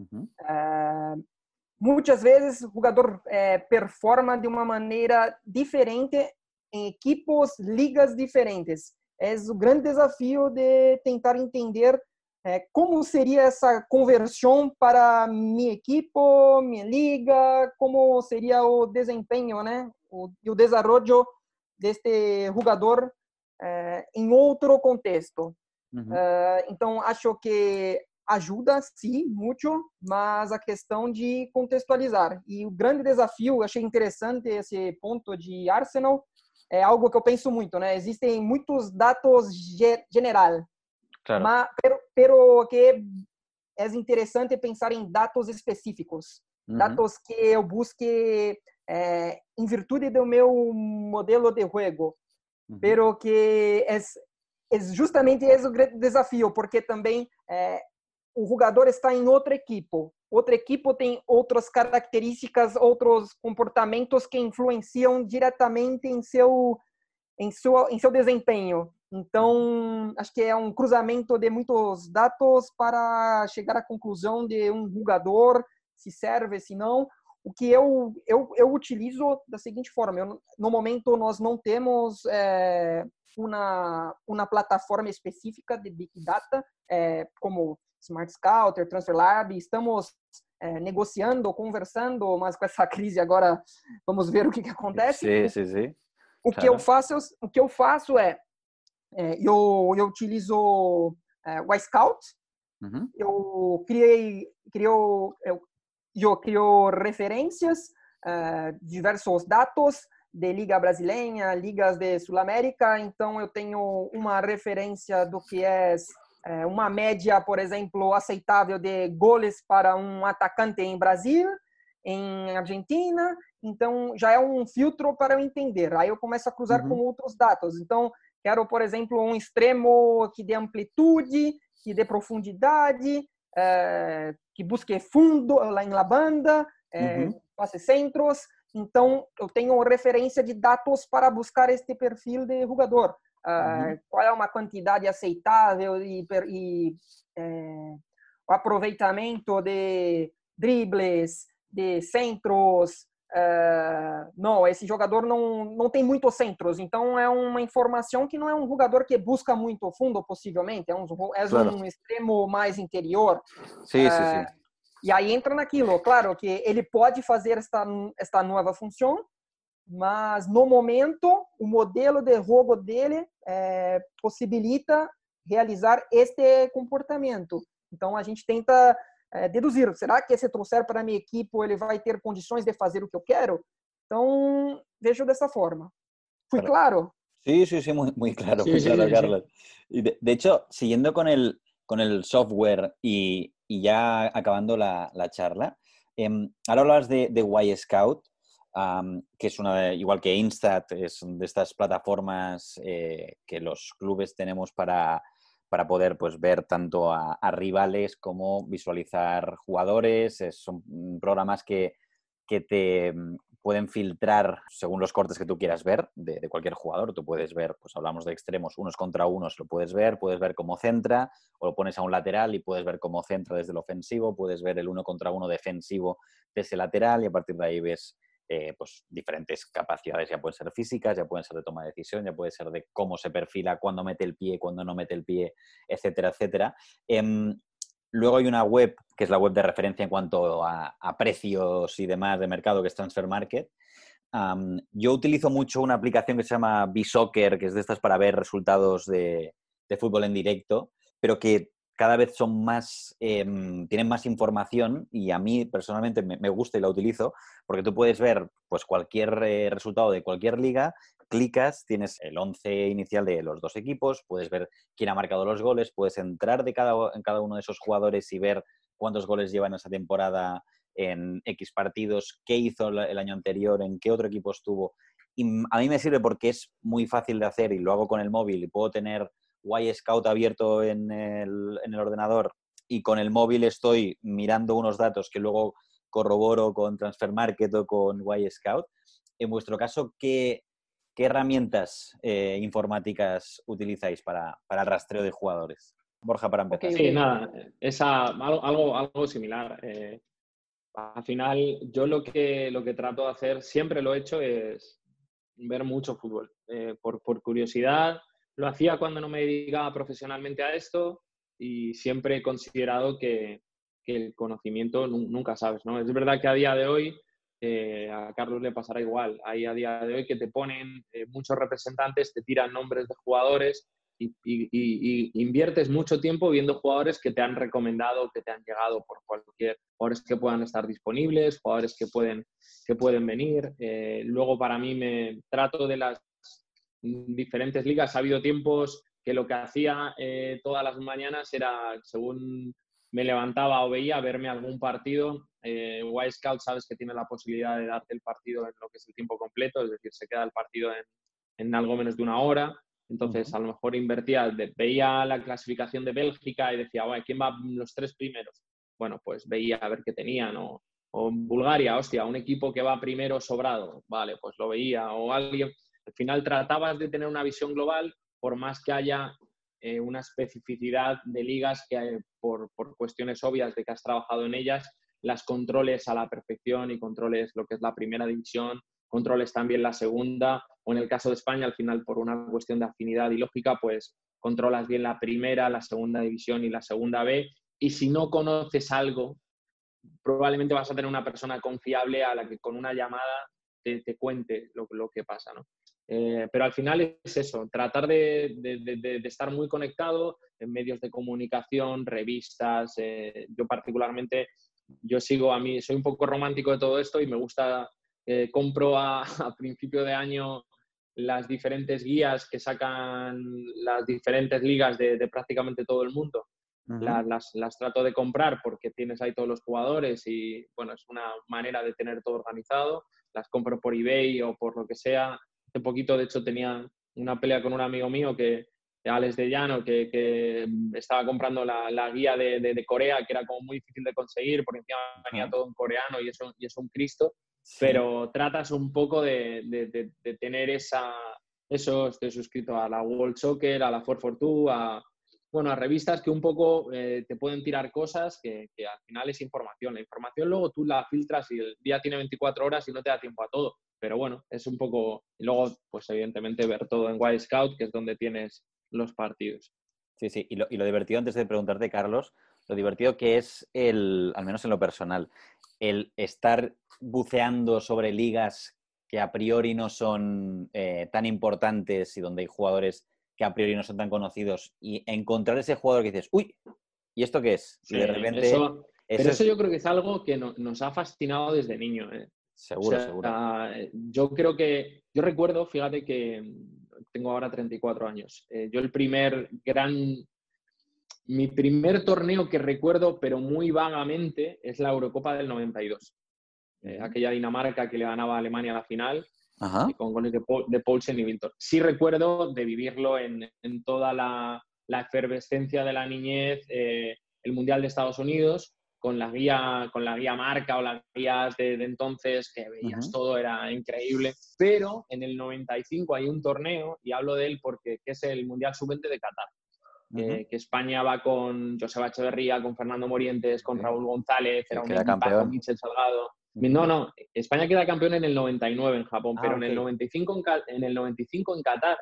Muitas vezes o jogador performa de uma maneira diferente em equipos, ligas diferentes. É o grande desafio de tentar entender como seria essa conversão para minha equipe, minha liga, como seria o desempenho, né? O desenvolvimento deste jogador em outro contexto. Então, acho que ajuda, sim, muito, mas a questão de contextualizar. E o grande desafio, achei interessante esse ponto de Arsenal, é algo que eu penso muito, né? Existem muitos dados general, claro. pero que é interessante pensar em dados específicos, dados que eu busque em virtude do meu modelo de jogo, pero que é justamente esse o grande desafio, porque também o jogador está em outra equipe tem outras características, outros comportamentos que influenciam diretamente em seu desempenho. Então, acho que é um cruzamento de muitos dados para chegar à conclusão de um jogador, se serve, se não, o que eu utilizo da seguinte forma. No momento, nós não temos uma plataforma específica de Big Data, como Smart Scouter, Transfer Lab. Estamos negociando, conversando, mas com essa crise agora vamos ver o que acontece. Sí. O que eu faço é eu utilizo o iScout. Eu crio referências, diversos dados de Liga Brasileira, ligas de Sul-América. Então, eu tenho uma referência do que é uma média, por exemplo, aceitável de goles para um atacante em Brasil, em Argentina. Então, já é um filtro para eu entender. Aí eu começo a cruzar com outros dados. Então, quero, por exemplo, um extremo que dê amplitude, que dê profundidade, que busque fundo lá em la banda, passe centros. Então, eu tenho referência de dados para buscar este perfil de jogador. Qual é uma quantidade aceitável e o aproveitamento de dribles, de centros. Não, esse jogador não tem muitos centros, então é uma informação que não é um jogador que busca muito fundo, possivelmente, claro. Um extremo mais interior. Sí. E aí entra naquilo, claro, que ele pode fazer esta nova função, mas no momento o modelo de jogo dele possibilita realizar este comportamento. Então a gente tenta deduzir, será que se trouxer para a minha equipe ele vai ter condições de fazer o que eu quero? Então vejo dessa forma. ¿Fui claro? Sí, muy claro, Sí, Carlos. Y de hecho, siguiendo con el software y ya acabando la charla, ahora hablas de Y-Scout, que es igual que Instat, es de estas plataformas que los clubes tenemos para poder pues ver tanto a rivales como visualizar jugadores. Son programas que te pueden filtrar según los cortes que tú quieras ver de cualquier jugador. Tú puedes ver, pues hablamos de extremos, unos contra unos, lo puedes ver cómo centra, o lo pones a un lateral y puedes ver cómo centra desde el ofensivo, puedes ver el 1 contra 1 defensivo desde el lateral y a partir de ahí ves pues diferentes capacidades, ya pueden ser físicas, ya pueden ser de toma de decisión, ya puede ser de cómo se perfila, cuándo mete el pie, cuándo no mete el pie, etcétera, etcétera. Luego hay una web, que es la web de referencia en cuanto a precios y demás de mercado, que es Transfer Market. Yo utilizo mucho una aplicación que se llama B-Soccer, que es de estas para ver resultados de fútbol en directo, pero que cada vez son más, tienen más información y a mí personalmente me gusta y la utilizo porque tú puedes ver pues cualquier resultado de cualquier liga, clicas, tienes el 11 inicial de los dos equipos, puedes ver quién ha marcado los goles, puedes entrar en cada uno de esos jugadores y ver cuántos goles llevan esa temporada en X partidos, qué hizo el año anterior, en qué otro equipo estuvo. Y a mí me sirve porque es muy fácil de hacer y lo hago con el móvil y puedo tener Y-Scout abierto en el ordenador y con el móvil estoy mirando unos datos que luego corroboro con Transfer Market o con Y-Scout. En vuestro caso, ¿qué herramientas informáticas utilizáis para el rastreo de jugadores? Borja, para empezar. Sí, nada, algo similar. Al final, yo lo que trato de hacer, siempre lo he hecho, es ver mucho fútbol. Por curiosidad, lo hacía cuando no me dedicaba profesionalmente a esto y siempre he considerado que el conocimiento nunca sabes, ¿no? Es verdad que a día de hoy, a Carlos le pasará igual, hay a día de hoy que te ponen muchos representantes, te tiran nombres de jugadores y inviertes mucho tiempo viendo jugadores que te han recomendado, que te han llegado por cualquier, jugadores que puedan estar disponibles, jugadores que pueden venir. Luego para mí me trato de las diferentes ligas. Ha habido tiempos que lo que hacía todas las mañanas era, según me levantaba o veía, verme algún partido. Y-Scout sabes que tiene la posibilidad de darte el partido en lo que es el tiempo completo, es decir, se queda el partido en algo menos de una hora. Entonces, a lo mejor veía la clasificación de Bélgica y decía, ¿quién va los 3 primeros? Bueno, pues veía a ver qué tenían. O Bulgaria, hostia, un equipo que va primero sobrado. Vale, pues lo veía. O alguien... Al final tratabas de tener una visión global, por más que haya una especificidad de ligas que por cuestiones obvias de que has trabajado en ellas, las controles a la perfección y controles lo que es la primera división, controles también la segunda, o en el caso de España, al final, por una cuestión de afinidad y lógica, pues controlas bien la primera, la segunda división y la segunda B, y si no conoces algo, probablemente vas a tener una persona confiable a la que con una llamada te cuente lo que pasa, ¿no? Pero al final es eso, tratar de estar muy conectado en medios de comunicación, revistas. Yo particularmente, soy un poco romántico de todo esto y me gusta, compro a principio de año las diferentes guías que sacan las diferentes ligas de prácticamente todo el mundo. Las trato de comprar porque tienes ahí todos los jugadores y, bueno, es una manera de tener todo organizado. Las compro por eBay o por lo que sea. Hace poquito, de hecho, tenía una pelea con un amigo mío, Alex de Llano, que estaba comprando la guía de Corea, que era como muy difícil de conseguir, porque encima venía todo en coreano y es un Cristo. Sí. Pero tratas un poco de tener eso. Estoy suscrito a la World Soccer, a la 442, a revistas que un poco te pueden tirar cosas que al final es información. La información luego tú la filtras y el día tiene 24 horas y no te da tiempo a todo. Pero bueno, es un poco... Y luego, pues evidentemente, ver todo en Wild Scout, que es donde tienes los partidos. Sí, sí. Y lo divertido, antes de preguntarte, Carlos, lo divertido que es, al menos en lo personal, el estar buceando sobre ligas que a priori no son tan importantes y donde hay jugadores que a priori no son tan conocidos, y encontrar ese jugador que dices, ¡uy! ¿Y esto qué es? Sí, y de repente... Pero eso yo creo que es algo que nos ha fascinado desde niño. Seguro, seguro. Yo recuerdo, fíjate que tengo ahora 34 años. Mi primer torneo que recuerdo, pero muy vagamente, es la Eurocopa del 92. Aquella Dinamarca que le ganaba a Alemania a la final. Ajá. Con goles de Poulsen y Wilton. Sí recuerdo de vivirlo en toda la efervescencia de la niñez, el Mundial de Estados Unidos, con la guía marca o las guías de entonces, que veías todo, era increíble. Pero en el 95 hay un torneo, y hablo de él porque es el Mundial Sub-20 de Qatar. Que España va con Joseba Echeverría, con Fernando Morientes, con Raúl González, era un equipazo, con Michel Salgado. No, España queda campeón en el 99 en Japón, pero okay. en el 95 en Qatar,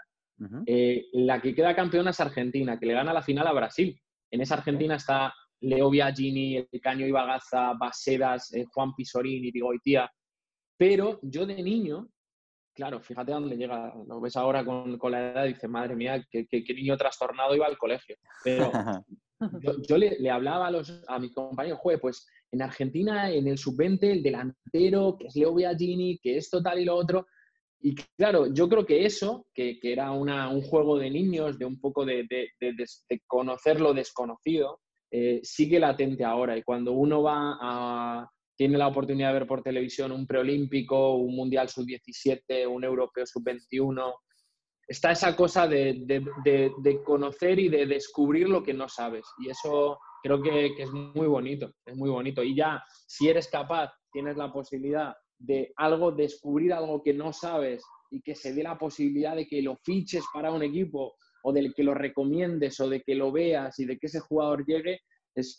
la que queda campeona es Argentina, que le gana la final a Brasil. En esa Argentina está Leo Biagini, El Caño Ibagaza, Basedas, Juan Pisorín y Goitia. Pero yo de niño, claro, fíjate a dónde llega, lo ves ahora con la edad y dices, madre mía, qué niño trastornado iba al colegio. Pero yo le hablaba a mis compañeros, pues en Argentina, en el sub-20, el delantero, que es Leo Biagini, que esto, tal y lo otro. Y claro, yo creo que eso, que era un juego de niños, de un poco de conocer lo desconocido, sigue latente ahora. Y cuando uno tiene la oportunidad de ver por televisión un preolímpico, un mundial sub-17, un europeo sub-21, está esa cosa de conocer y de descubrir lo que no sabes. Y eso creo que es muy bonito, es muy bonito. Y ya, si eres capaz, tienes la posibilidad de descubrir algo que no sabes y que se dé la posibilidad de que lo fiches para un equipo o de que lo recomiendes o de que lo veas y de que ese jugador llegue, es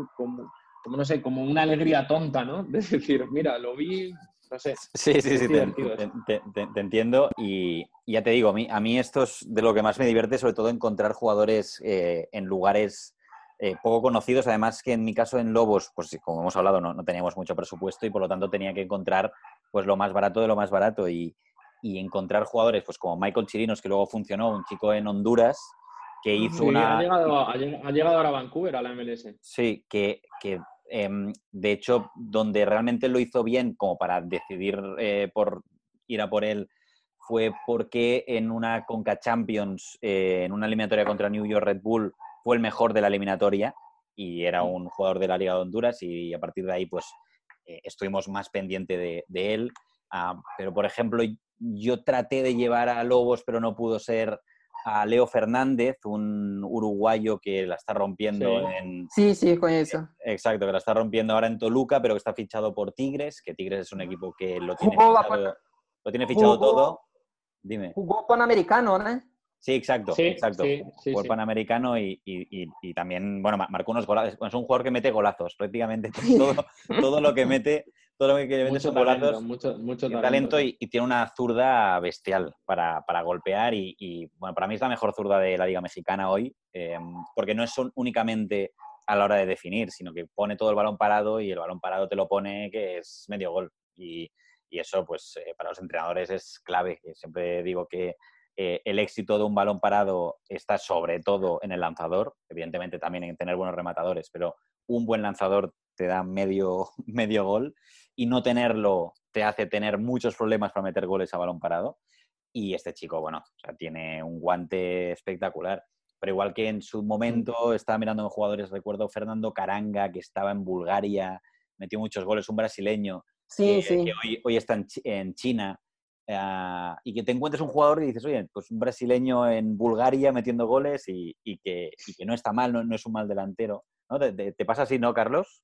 como una alegría tonta, ¿no? De decir, mira, lo vi, no sé. Sí, te entiendo y ya te digo, a mí esto es de lo que más me divierte, sobre todo encontrar jugadores en lugares poco conocidos. Además que en mi caso en Lobos, pues como hemos hablado, no teníamos mucho presupuesto y por lo tanto tenía que encontrar pues lo más barato de lo más barato y encontrar jugadores pues como Michael Chirinos, que luego funcionó, un chico en Honduras que hizo ha llegado ahora a Vancouver, a la MLS. Sí, que de hecho, donde realmente lo hizo bien como para decidir por ir a por él fue porque en una Conca Champions, en una eliminatoria contra New York Red Bull, fue el mejor de la eliminatoria y era un jugador de la Liga de Honduras y a partir de ahí pues estuvimos más pendiente de él. Pero, por ejemplo, yo traté de llevar a Lobos, pero no pudo ser, a Leo Fernández, un uruguayo que la está rompiendo Sí, con eso. Exacto, que la está rompiendo ahora en Toluca, pero que está fichado por Tigres, que Tigres es un equipo que lo tiene fichado todo. Dime. Jugó Panamericano, ¿no? Sí, exacto, Sí, exacto. sí, sí, Fue sí. panamericano y también, bueno, marcó unos golazos. Es un jugador que mete golazos, prácticamente todo lo que mete, todo lo que mete Mucho son talento, golazos. mucho Tiene talento, talento sí. y tiene una zurda bestial para golpear bueno, para mí es la mejor zurda de la Liga Mexicana hoy, porque no es únicamente a la hora de definir, sino que pone todo el balón parado y el balón parado te lo pone que es medio gol. Y eso, pues, para los entrenadores es clave. Siempre digo que el éxito de un balón parado está sobre todo en el lanzador, evidentemente también en tener buenos rematadores, pero un buen lanzador te da medio gol y no tenerlo te hace tener muchos problemas para meter goles a balón parado. Y este chico, bueno, o sea, tiene un guante espectacular. Pero igual que en su momento estaba mirando en jugadores, recuerdo Fernando Caranga, que estaba en Bulgaria, metió muchos goles, un brasileño que Sim, sim. hoy está en China, y que te encuentres un jugador y dices, oye, pues un brasileño en Bulgaria metiendo goles y que no está mal, no es un mal delantero. ¿No? ¿Te pasa así, no, Carlos?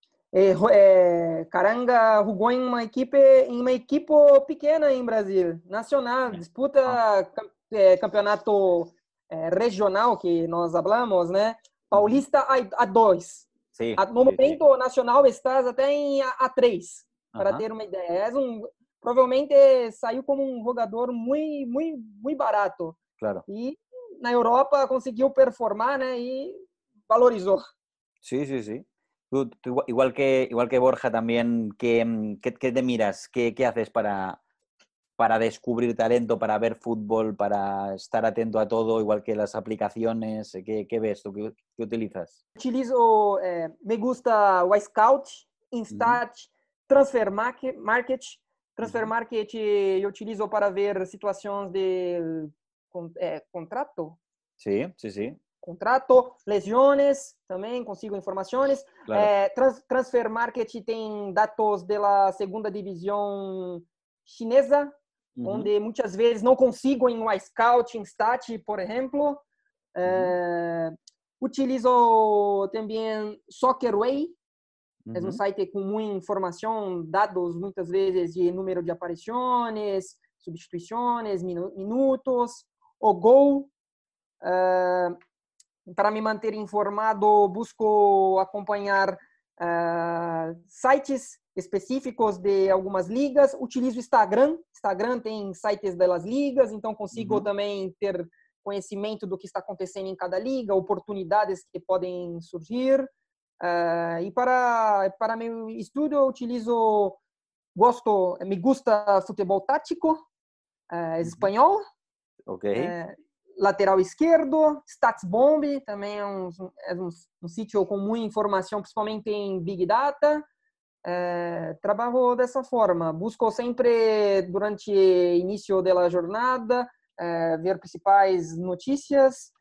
Caranga jogou em uma equipe pequena em Brasil, nacional, disputa campeonato regional que nós hablamos, né? Paulista A2. Sí, No sí, sí. momento nacional estás até em A3, para Ajá. ter uma ideia. Provavelmente saiu como um jogador muito barato. Claro. E na Europa conseguiu performar, né? E valorizou. Sí, sí, sí. Tú igual que Borja también, ¿qué te miras? ¿Qué haces para descubrir talento, para ver fútbol, para estar atento a todo, igual que las aplicaciones? ¿Qué ves tú? ¿Qué utilizas? Utilizo, me gusta o Scout, Ujú, Instat, Transfer Market. Transfer ujú. Market eu utilizo para ver situações de contrato, Sí, sí, sí, lesiones, também consigo informações. claro. Transfer Market tem dados da segunda divisão chinesa, Ujú, onde muitas vezes não consigo em um Scout, Instat, por exemplo. ujú, Utilizo também Soccerway, é um ujú, site com muita informação, dados muitas vezes de número de aparições, substituições, minutos. O Gol, para me manter informado, busco acompanhar sites específicos de algumas ligas. Utilizo Instagram. Instagram tem sites das ligas, então consigo ujú. também ter conhecimento do que está acontecendo em cada liga, oportunidades que podem surgir. E para meu estudo, eu utilizo, me gusta futebol tático, Ujú. espanhol, Ok, lateral esquerdo, StatsBomb, também é um sítio com muita informação, principalmente em Big Data. Trabalho dessa forma, busco sempre, durante o início da jornada, ver principais notícias,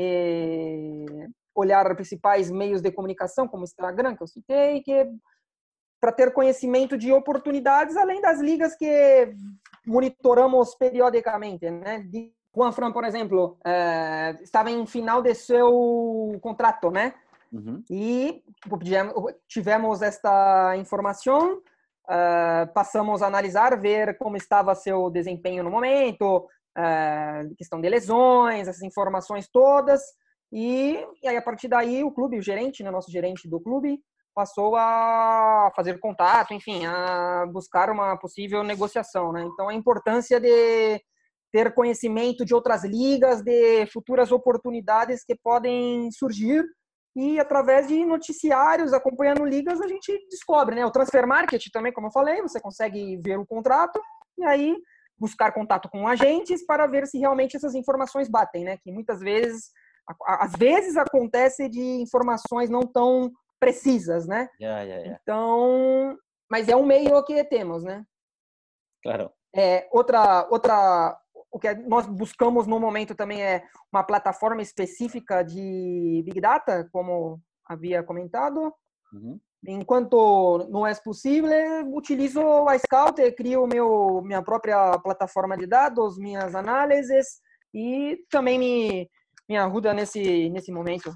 olhar principais meios de comunicação, como o Instagram, que eu citei, para ter conhecimento de oportunidades, além das ligas que monitoramos periodicamente, né? Juanfran, por exemplo, estava em final de seu contrato, né? ujú, E tivemos esta informação, passamos a analisar, ver como estava seu desempenho no momento, questão de lesões, essas informações todas, e aí a partir daí o clube, o gerente, né, nosso gerente do clube, passou a fazer contato, enfim, a buscar uma possível negociação, né? Então a importância de ter conhecimento de outras ligas, de futuras oportunidades que podem surgir, e através de noticiários, acompanhando ligas, a gente descobre, né? O Transfer Market também, como eu falei, você consegue ver o contrato e aí buscar contato com agentes para ver se realmente essas informações batem, né? Que muitas vezes, às vezes acontece de informações não tão precisas, né? ya, ya, ya. Então, mas é um meio que temos, né? Claro. O que nós buscamos no momento também é uma plataforma específica de Big Data, como havia comentado. Ujú. Enquanto não é possível, utilizo a Scout, crio minha própria plataforma de dados, minhas análises, e também me ajuda nesse momento.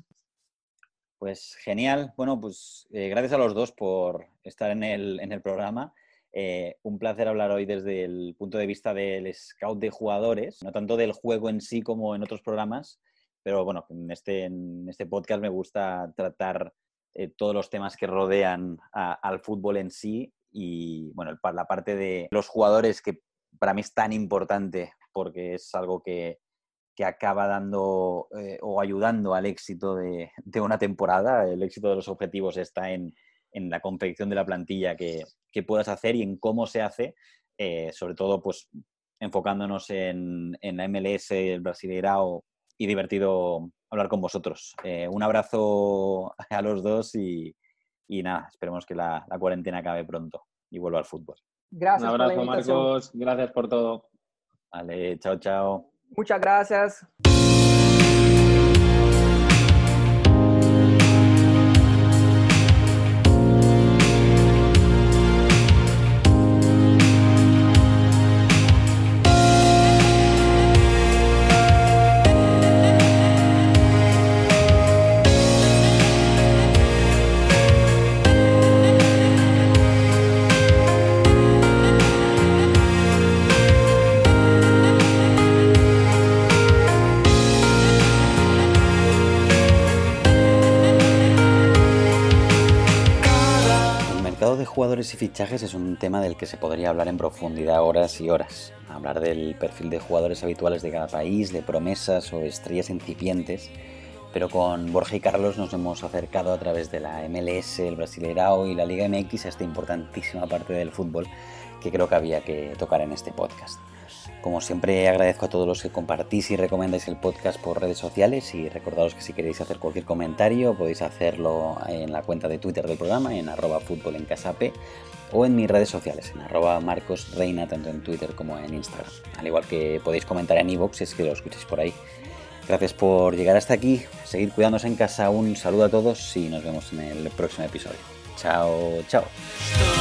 Pues genial. Bueno, pues gracias a los dos por estar en el programa. Un placer hablar hoy desde el punto de vista del scout de jugadores, no tanto del juego en sí como en otros programas, pero bueno, en este podcast me gusta tratar todos los temas que rodean al fútbol en sí y bueno, la parte de los jugadores que para mí es tan importante porque es algo que acaba dando o ayudando al éxito de una temporada. El éxito de los objetivos está en la confección de la plantilla que puedas hacer y en cómo se hace, sobre todo pues enfocándonos en la MLS, el Brasileirao, y divertido hablar con vosotros. Un abrazo a los dos y nada, esperemos que la cuarentena acabe pronto y vuelva al fútbol. Gracias Un por la abrazo, invitación. Marcos. Gracias por todo. Vale, chao, chao. Muchas gracias. De jugadores y fichajes es un tema del que se podría hablar en profundidad horas y horas. Hablar del perfil de jugadores habituales de cada país, de promesas o estrellas incipientes, pero con Borja y Carlos nos hemos acercado a través de la MLS, el Brasileirao y la Liga MX a esta importantísima parte del fútbol que creo que había que tocar en este podcast. Como siempre, agradezco a todos los que compartís y recomendáis el podcast por redes sociales y recordaros que si queréis hacer cualquier comentario podéis hacerlo en la cuenta de Twitter del programa, en @futbolencasap, o en mis redes sociales, en @marcosreina, tanto en Twitter como en Instagram. Al igual que podéis comentar en iVoox si es que lo escucháis por ahí. Gracias por llegar hasta aquí, seguid cuidándose en casa, un saludo a todos y nos vemos en el próximo episodio. Chao, chao.